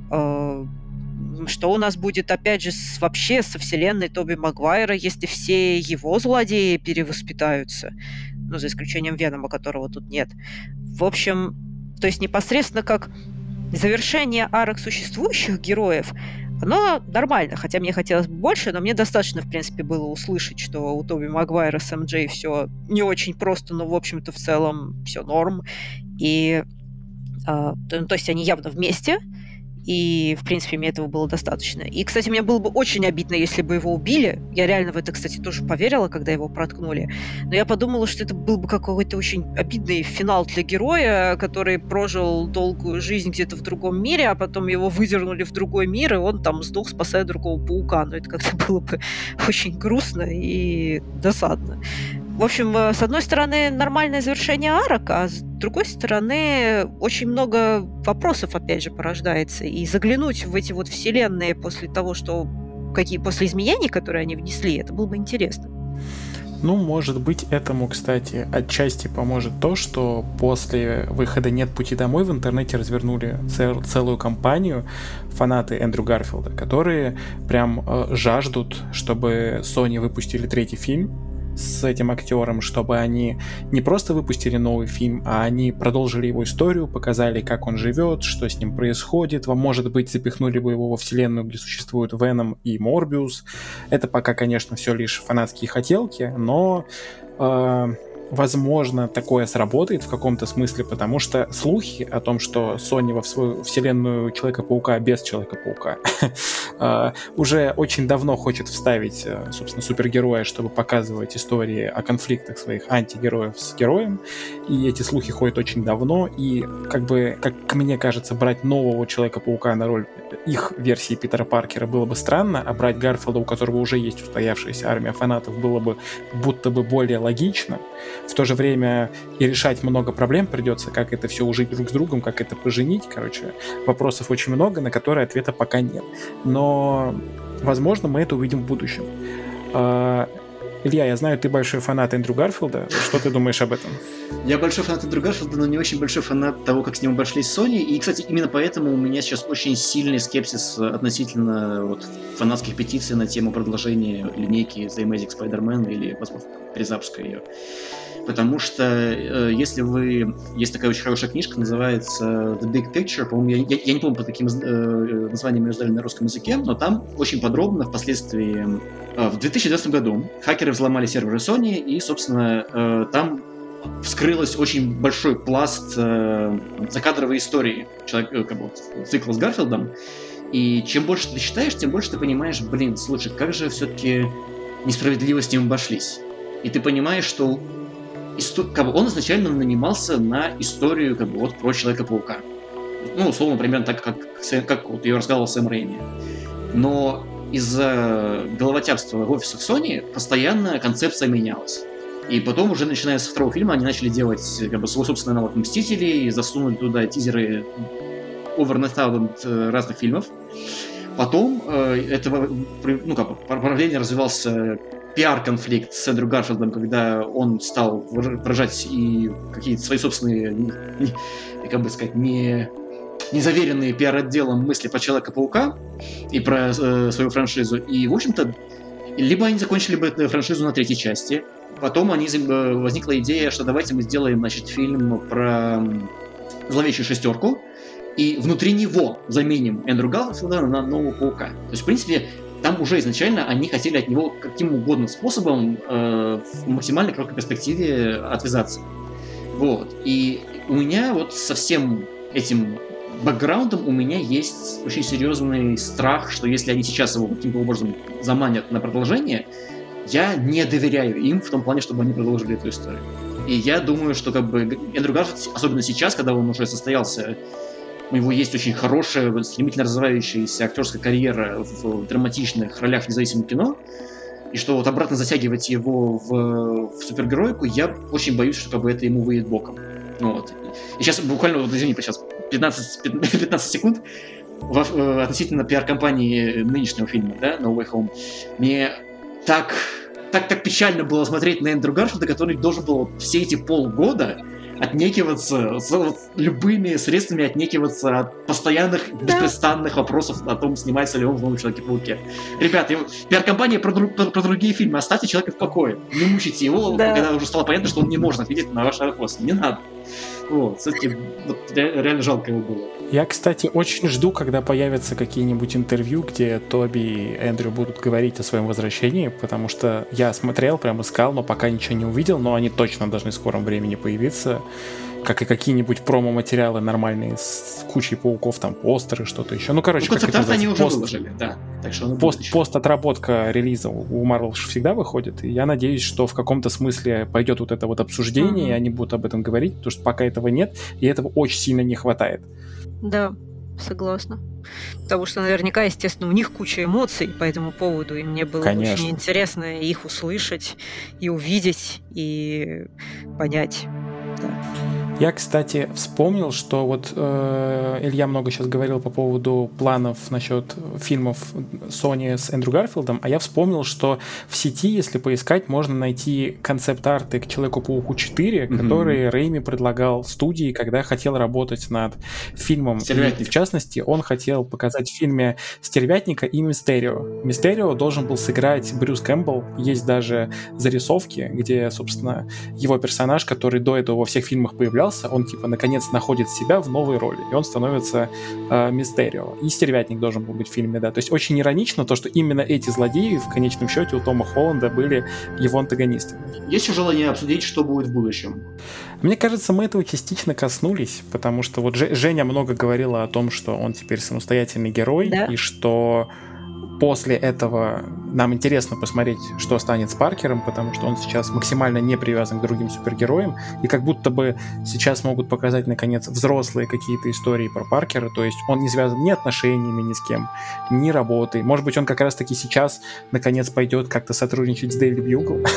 Что у нас будет, опять же, с, вообще со вселенной Тоби Магуайра, если все его злодеи перевоспитаются? Ну, за исключением Венома, которого тут нет. В общем, то есть непосредственно как завершение арок существующих героев, оно нормально, хотя мне хотелось бы больше, но мне достаточно, в принципе, было услышать, что у Тоби Магуайра с эм джей все не очень просто, но, в общем-то, в целом все норм. И, э, то, то есть они явно вместе, и, в принципе, мне этого было достаточно. И, кстати, мне было бы очень обидно, если бы его убили. Я реально в это, кстати, тоже поверила, когда его проткнули. Но я подумала, что это был бы какой-то очень обидный финал для героя, который прожил долгую жизнь где-то в другом мире, а потом его выдернули в другой мир, и он там сдох, спасая другого паука. Но это как-то было бы очень грустно и досадно. В общем, с одной стороны, нормальное завершение арок, а с другой стороны, очень много вопросов, опять же, порождается. И заглянуть в эти вот вселенные после того, что какие после изменений, которые они внесли, это было бы интересно. Ну, может быть, этому, кстати, отчасти поможет то, что после выхода «Нет пути домой» в интернете развернули цел, целую кампанию фанаты Эндрю Гарфилда, которые прям э, жаждут, чтобы Sony выпустили третий фильм с этим актером, чтобы они не просто выпустили новый фильм, а они продолжили его историю, показали, как он живет, что с ним происходит. Вам, может быть, запихнули бы его во вселенную, где существуют Веном и Морбиус. Это пока, конечно, все лишь фанатские хотелки, но э, возможно, такое сработает в каком-то смысле, потому что слухи о том, что Sony во свою вселенную Человека-паука без Человека-паука уже очень давно хочет вставить, собственно, супергероя, чтобы показывать истории о конфликтах своих антигероев с героем, и эти слухи ходят очень давно, и, как бы, как мне кажется, брать нового Человека-паука на роль их версии Питера Паркера было бы странно, а брать Гарфилда, у которого уже есть устоявшаяся армия фанатов, было бы будто бы более логично. В то же время и решать много проблем придется, как это все ужить друг с другом, как это поженить, короче, вопросов очень много, на которые ответа пока нет. Но, возможно, мы это увидим в будущем. Илья, я знаю, ты большой фанат Эндрю Гарфилда. Что ты думаешь об этом? Я большой фанат Эндрю Гарфилда, но не очень большой фанат того, как с ним обошлись Sony. И, кстати, именно поэтому у меня сейчас очень сильный скепсис относительно вот, фанатских петиций на тему продолжения линейки The Amazing Spider-Man или, возможно, перезапуска ее. Потому что, э, если вы... Есть такая очень хорошая книжка, называется The Big Picture. По-моему, я, я, я не помню, под каким э, названием ее издали на русском языке, но там очень подробно впоследствии... Э, в две тысячи двенадцатом году хакеры взломали серверы Sony, и, собственно, э, там вскрылось очень большой пласт э, закадровой истории человек, э, как бы, цикла с Гарфилдом. И чем больше ты читаешь, тем больше ты понимаешь, блин, слушай, как же все-таки несправедливо с ним обошлись. И ты понимаешь, что Исто... как бы он изначально нанимался на историю как бы, вот, про Человека-паука. Ну, условно, примерно так, как, как, как вот ее рассказывал Сэм Рэйми. Но из-за головотяпства в офисах Sony постоянно концепция менялась. И потом, уже начиная со второго фильма, они начали делать как бы, свой собственный аналог Мстителей, засунули туда тизеры over nine thousand разных фильмов. Потом э, этого, ну, как бы, параллельно развивался пиар-конфликт с Эндрю Гарфилдом, когда он стал выражать и какие-то свои собственные, не, как бы сказать, не, незаверенные пиар-отделом мысли про Человека-паука и про э, свою франшизу. И, в общем-то, либо они закончили бы эту франшизу на третьей части, потом они, возникла идея, что давайте мы сделаем, значит, фильм про зловещую шестерку, и внутри него заменим Эндрю Гарфилда на нового Паука. То есть, в принципе, там уже изначально они хотели от него каким угодно способом э, в максимально короткой перспективе отвязаться. Вот. И у меня вот со всем этим бэкграундом у меня есть очень серьезный страх, что если они сейчас его каким-то образом заманят на продолжение, я не доверяю им в том плане, чтобы они продолжили эту историю. И я думаю, что как бы Эндрю Гарфилд, особенно сейчас, когда он уже состоялся, у него есть очень хорошая, стремительно развивающаяся актерская карьера в драматичных ролях в независимом кино, и что вот обратно затягивать его в, в супергеройку, я очень боюсь, что как бы это ему выйдет боком. Вот. И сейчас буквально, вот, извини, сейчас пятнадцать, пятнадцать секунд в, относительно пиар-компании нынешнего фильма, да, No Way Home. Мне так, так, так печально было смотреть на Эндрю Гарфилда, который должен был все эти полгода отнекиваться, с вот, любыми средствами отнекиваться от постоянных, да. беспрестанных вопросов о том, снимается ли он в новом Человеке-пауке. Ребята, пиар-компания про, про, про другие фильмы, оставьте человека в покое. Не мучите его, да. когда уже стало понятно, что он не может ответить на ваши вопросы. Не надо. Вот, кстати, вот, реально жалко его было. Я, кстати, очень жду, когда появятся какие-нибудь интервью, где Тоби и Эндрю будут говорить о своем возвращении, потому что я смотрел, прям искал, но пока ничего не увидел, но они точно должны в скором времени появиться, как и какие-нибудь промо-материалы нормальные с кучей пауков, там постеры, что-то еще. Ну, короче, ну, как это называется? Они уже Пост... выложили, да. Так что Пост, пост-отработка релиза у Marvel всегда выходит, и я надеюсь, что в каком-то смысле пойдет вот это вот обсуждение, mm-hmm. и они будут об этом говорить, потому что пока этого нет, и этого очень сильно не хватает. Да, согласна. Потому что наверняка, естественно, у них куча эмоций по этому поводу, и мне было Конечно. очень интересно их услышать, и увидеть, и понять. Да. Я, кстати, вспомнил, что вот э, Илья много сейчас говорил по поводу планов насчет фильмов Sony с Эндрю Гарфилдом, а я вспомнил, что в сети, если поискать, можно найти концепт-арты к Человеку-пауку четыре, mm-hmm. которые Рэйми предлагал студии, когда хотел работать над фильмом. И, в частности, он хотел показать в фильме Стервятника и Мистерио. Мистерио должен был сыграть Брюс Кэмпбелл. Есть даже зарисовки, где, собственно, его персонаж, который до этого во всех фильмах появлялся, он, типа, наконец находит себя в новой роли, и он становится э, Мистерио. И Стервятник должен был быть в фильме, да. То есть очень иронично то, что именно эти злодеи в конечном счете у Тома Холланда были его антагонистами. Есть еще желание обсудить, что будет в будущем? Мне кажется, мы этого частично коснулись, потому что вот Ж- Женя много говорила о том, что он теперь самостоятельный герой, да. и что после этого нам интересно посмотреть, что станет с Паркером, потому что он сейчас максимально не привязан к другим супергероям, и как будто бы сейчас могут показать, наконец, взрослые какие-то истории про Паркера, то есть он не связан ни отношениями ни с кем, ни работой. Может быть, он как раз-таки сейчас, наконец, пойдет как-то сотрудничать с Daily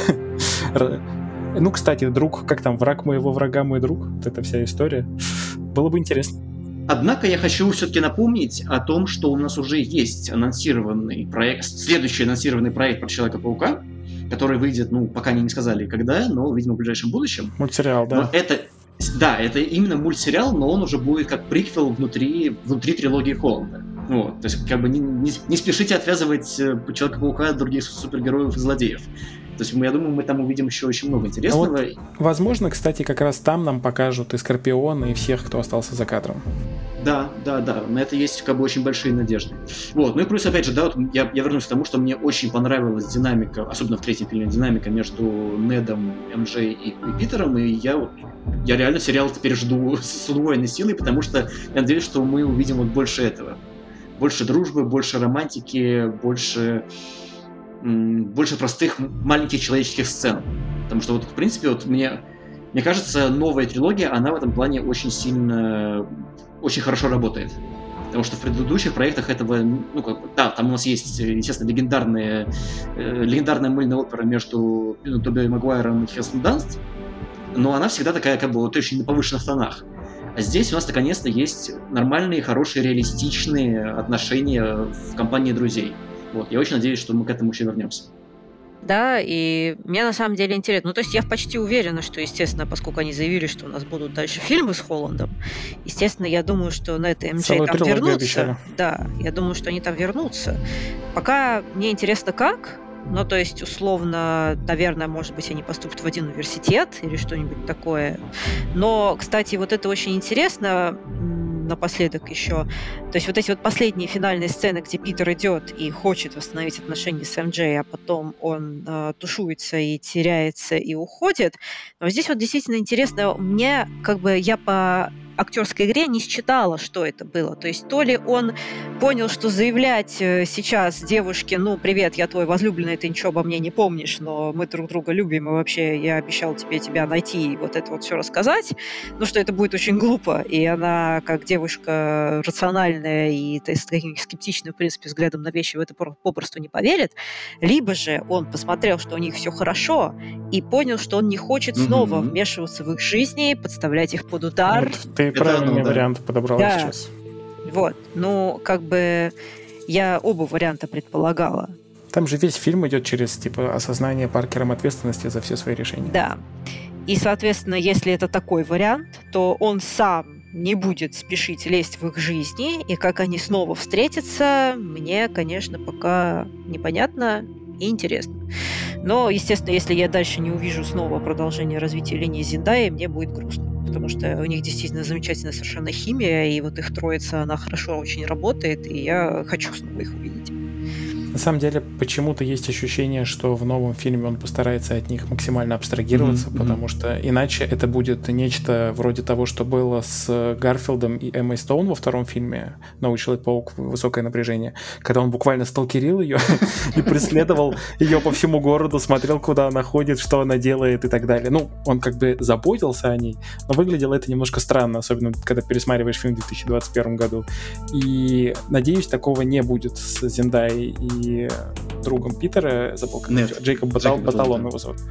Bugle. Ну, кстати, друг, как там, враг моего врага мой друг, вот эта вся история. Было бы интересно. Однако я хочу все-таки напомнить о том, что у нас уже есть анонсированный проект, следующий анонсированный проект про Человека-паука, который выйдет, ну, пока они не сказали когда, но, видимо, в ближайшем будущем. Мультсериал, да. Но это, да, это именно мультсериал, но он уже будет как приквел внутри, внутри трилогии Холланда. Вот, то есть, как бы не, не, не спешите отвязывать Человека-паука от других супергероев и злодеев. То есть, я думаю, мы там увидим еще очень много интересного. А вот, возможно, кстати, как раз там нам покажут и Скорпиона, и всех, кто остался за кадром. Да, да, да, на это есть как бы очень большие надежды. Вот, ну и плюс, опять же, да, вот я, я вернусь к тому, что мне очень понравилась динамика, особенно в третьем фильме, динамика между Недом, эм джей и, и Питером, и я вот, я реально сериал теперь жду с удвоенной силой, потому что я надеюсь, что мы увидим вот больше этого. Больше дружбы, больше романтики, больше, м- больше простых маленьких человеческих сцен. Потому что вот, в принципе, вот мне, мне кажется, новая трилогия, она в этом плане очень сильно... очень хорошо работает. Потому что в предыдущих проектах этого, ну, как бы, да, там у нас есть, естественно, легендарная, э, легендарная мыльная опера между ну, Тоби Магуайром и Кирстен Данст, но она всегда такая, как бы, вот очень на повышенных тонах. А здесь у нас, наконец-то, есть нормальные, хорошие, реалистичные отношения в компании друзей. Вот, я очень надеюсь, что мы к этому еще вернемся. Да, и мне на самом деле интересно. Ну, то есть я почти уверена, что, естественно, поскольку они заявили, что у нас будут дальше фильмы с Холландом, естественно, я думаю, что на это эм джей Целую там трилогию вернутся. обещали. Да, я думаю, что они там вернутся. Пока мне интересно, как. Ну, то есть, условно, наверное, может быть, они поступят в один университет или что-нибудь такое. Но, кстати, вот это очень интересно, напоследок еще. То есть вот эти вот последние финальные сцены, где Питер идет и хочет восстановить отношения с эм джей, а потом он э, тушуется и теряется и уходит. Но здесь вот действительно интересно. Мне, как бы, я по актерской игре не считала, что это было. То есть то ли он понял, что заявлять сейчас девушке, ну, привет, я твой возлюбленный, ты ничего обо мне не помнишь, но мы друг друга любим, и вообще я обещал тебе тебя найти и вот это вот все рассказать, ну, что это будет очень глупо, и она, как девушка рациональная и с таким скептичным, в принципе, взглядом на вещи в это попросту не поверит, либо же он посмотрел, что у них все хорошо, и понял, что он не хочет снова mm-hmm. вмешиваться в их жизни, подставлять их под удар. Вот, ты правильный да. вариант подобрала да. сейчас. Вот, ну, как бы я оба варианта предполагала. Там же весь фильм идет через, типа, осознание Паркером ответственности за все свои решения. Да. И, соответственно, если это такой вариант, то он сам не будет спешить лезть в их жизни, и как они снова встретятся, мне, конечно, пока непонятно и интересно. Но, естественно, если я дальше не увижу снова продолжение развития линии Зендаи, мне будет грустно. Потому что у них действительно замечательная совершенно химия, и вот их троица, она хорошо очень работает, и я хочу снова их увидеть. На самом деле, почему-то есть ощущение, что в новом фильме он постарается от них максимально абстрагироваться, mm-hmm. потому что иначе это будет нечто вроде того, что было с Гарфилдом и Эммой Стоун во втором фильме «Новый Человек-паук. Высокое напряжение», когда он буквально сталкерил ее и преследовал ее по всему городу, смотрел, куда она ходит, что она делает и так далее. Ну, он как бы заботился о ней, но выглядело это немножко странно, особенно когда пересматриваешь фильм в две тысячи двадцать первом году. И, надеюсь, такого не будет с Зендаей и другом Питера, забыл, как Нет, Джейкоб Батал, Баталон его зовут.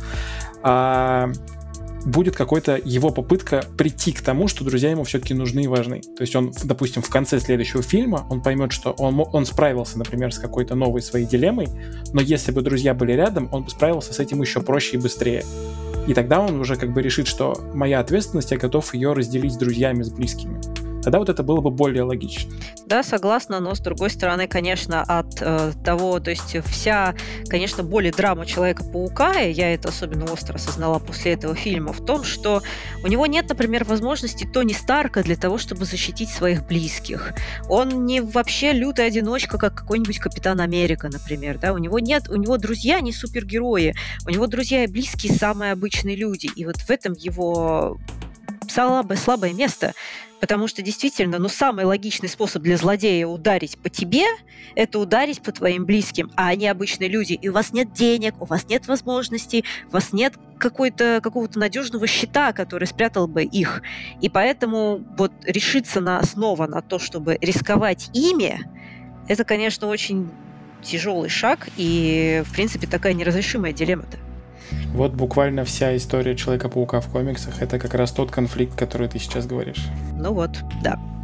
А, будет какой-то его попытка прийти к тому, что друзья ему все-таки нужны и важны. То есть он, допустим, в конце следующего фильма он поймет, что он, он справился, например, с какой-то новой своей дилеммой, но если бы друзья были рядом, он бы справился с этим еще проще и быстрее. И тогда он уже как бы решит, что моя ответственность, я готов ее разделить с друзьями, с близкими. Тогда вот это было бы более логично. Да, согласна, но с другой стороны, конечно, от э, того, то есть вся, конечно, боль и драма Человека-паука, и я это особенно остро осознала после этого фильма, в том, что у него нет, например, возможности Тони Старка для того, чтобы защитить своих близких. Он не вообще лютая одиночка, как какой-нибудь Капитан Америка, например, да, у него нет, у него друзья не супергерои, у него друзья и близкие самые обычные люди, и вот в этом его слабое, слабое место. Потому что действительно, ну, самый логичный способ для злодея ударить по тебе – это ударить по твоим близким, а они обычные люди. И у вас нет денег, у вас нет возможностей, у вас нет какой-то, какого-то надежного щита, который спрятал бы их. И поэтому вот решиться на снова на то, чтобы рисковать ими, это, конечно, очень тяжелый шаг и, в принципе, такая неразрешимая дилемма-то. Вот буквально вся история Человека-паука в комиксах — это как раз тот конфликт, который ты сейчас говоришь. Ну вот, да.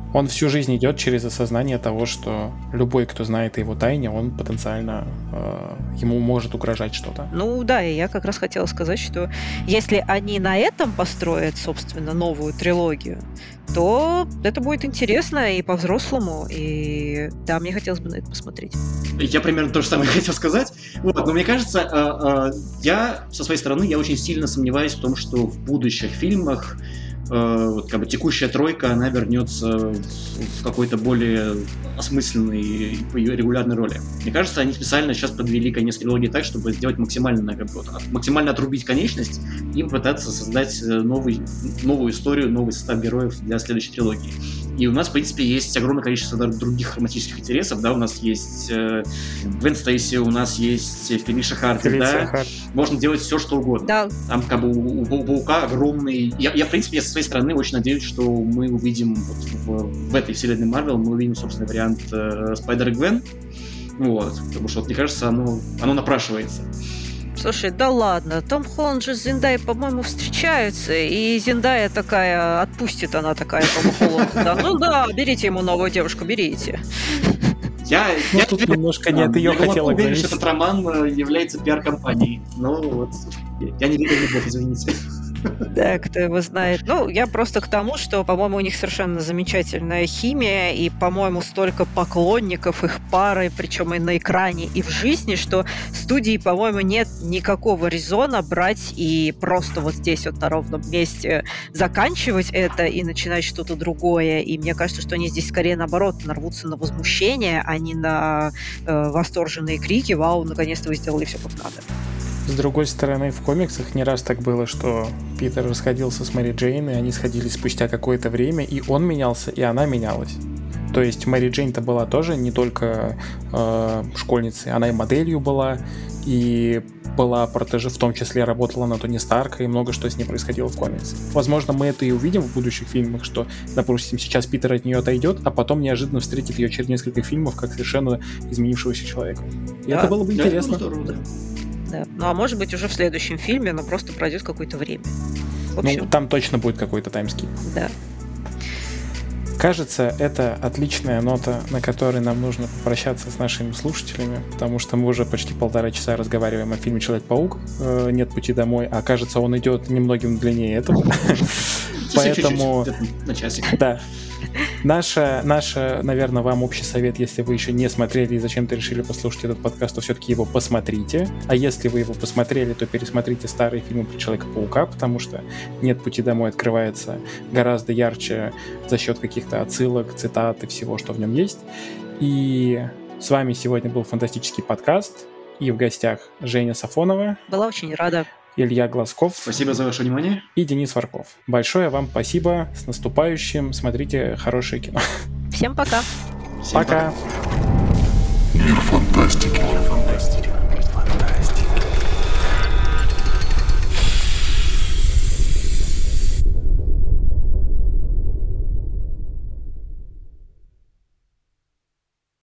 Он всю жизнь идет через осознание того, что любой, кто знает о его тайне, он потенциально э, ему может угрожать что-то. Ну да, и я как раз хотела сказать, что если они на этом построят, собственно, новую трилогию, то это будет интересно и по-взрослому, и да, мне хотелось бы на это посмотреть. Я примерно то же самое хотел сказать. Вот, но мне кажется, э, э, я со своей стороны, я очень сильно сомневаюсь в том, что в будущих фильмах вот, как бы текущая тройка, она вернется в, в какой-то более осмысленной и регулярной роли. Мне кажется, они специально сейчас подвели конец трилогии так, чтобы сделать максимально, как бы, максимально отрубить конечность и попытаться создать новый, новую историю, новый состав героев для следующей трилогии. И у нас, в принципе, есть огромное количество других романтических интересов, да, у нас есть э, Гвен Стейси, у нас есть Фелиша Харди, да, Харди. Можно делать все, что угодно. Да. Там, как бы, у, у Паука огромный... Я, я, в принципе, я со своей стороны очень надеюсь, что мы увидим вот в, в этой вселенной Марвел, мы увидим, собственно, вариант э, Спайдер-Гвен, вот, потому что, вот, мне кажется, оно, оно напрашивается. Слушай, да ладно, Том Холланд же с Зендайей, по-моему, встречаются, и Зендайя такая, отпустит она такая Тома Холланда. Да, ну да, берите ему новую девушку, берите. Я, ну, я тут немножко не от ее хотела уверен, зависеть. что этот роман является пиар-компанией. Но вот я не верю в любовь, извините. Да, кто его знает. Ну, я просто к тому, что, по-моему, у них совершенно замечательная химия, и, по-моему, столько поклонников их пары, причем и на экране, и в жизни, что студии, по-моему, нет никакого резона брать и просто вот здесь вот на ровном месте заканчивать это и начинать что-то другое. И мне кажется, что они здесь скорее, наоборот, нарвутся на возмущение, а не на э, восторженные крики: «Вау, наконец-то вы сделали все как надо». С другой стороны, в комиксах не раз так было, что Питер расходился с Мэри Джейн, и они сходились спустя какое-то время, и он менялся, и она менялась. То есть Мэри Джейн-то была тоже не только э, школьницей, она и моделью была, и была протеже, в том числе работала на Тони Старка, и много что с ней происходило в комиксах. Возможно, мы это и увидим в будущих фильмах, что, допустим, сейчас Питер от нее отойдет, а потом неожиданно встретит ее через несколько фильмов как совершенно изменившегося человека. И Да, это было бы да, интересно. это было здорово, да. Да. Ну, а может быть, уже в следующем фильме, но просто пройдет какое-то время. В общем, Ну, там точно будет какой-то таймскип. да. Кажется, это отличная нота, на которой нам нужно попрощаться с нашими слушателями, потому что мы уже почти полтора часа разговариваем о фильме «Человек-паук. Нет пути домой», а кажется, он идет немногим длиннее этого. Поэтому... На часик. Да. Наша, наша, наверное, вам общий совет, если вы еще не смотрели и зачем-то решили послушать этот подкаст, то все-таки его посмотрите. А если вы его посмотрели, то пересмотрите старые фильмы про Человека-паука, потому что «Нет пути домой» открывается гораздо ярче за счет каких-то отсылок, цитат и всего, что в нем есть. И с вами сегодня был фантастический подкаст. И в гостях Женя Сафонова. Была очень рада. Илья Глазков. Спасибо за ваше внимание. И Денис Варков. Большое вам спасибо. С наступающим. Смотрите хорошее кино. Всем пока. Всем Пока. пока. Мир фантастики. Мир фантастики.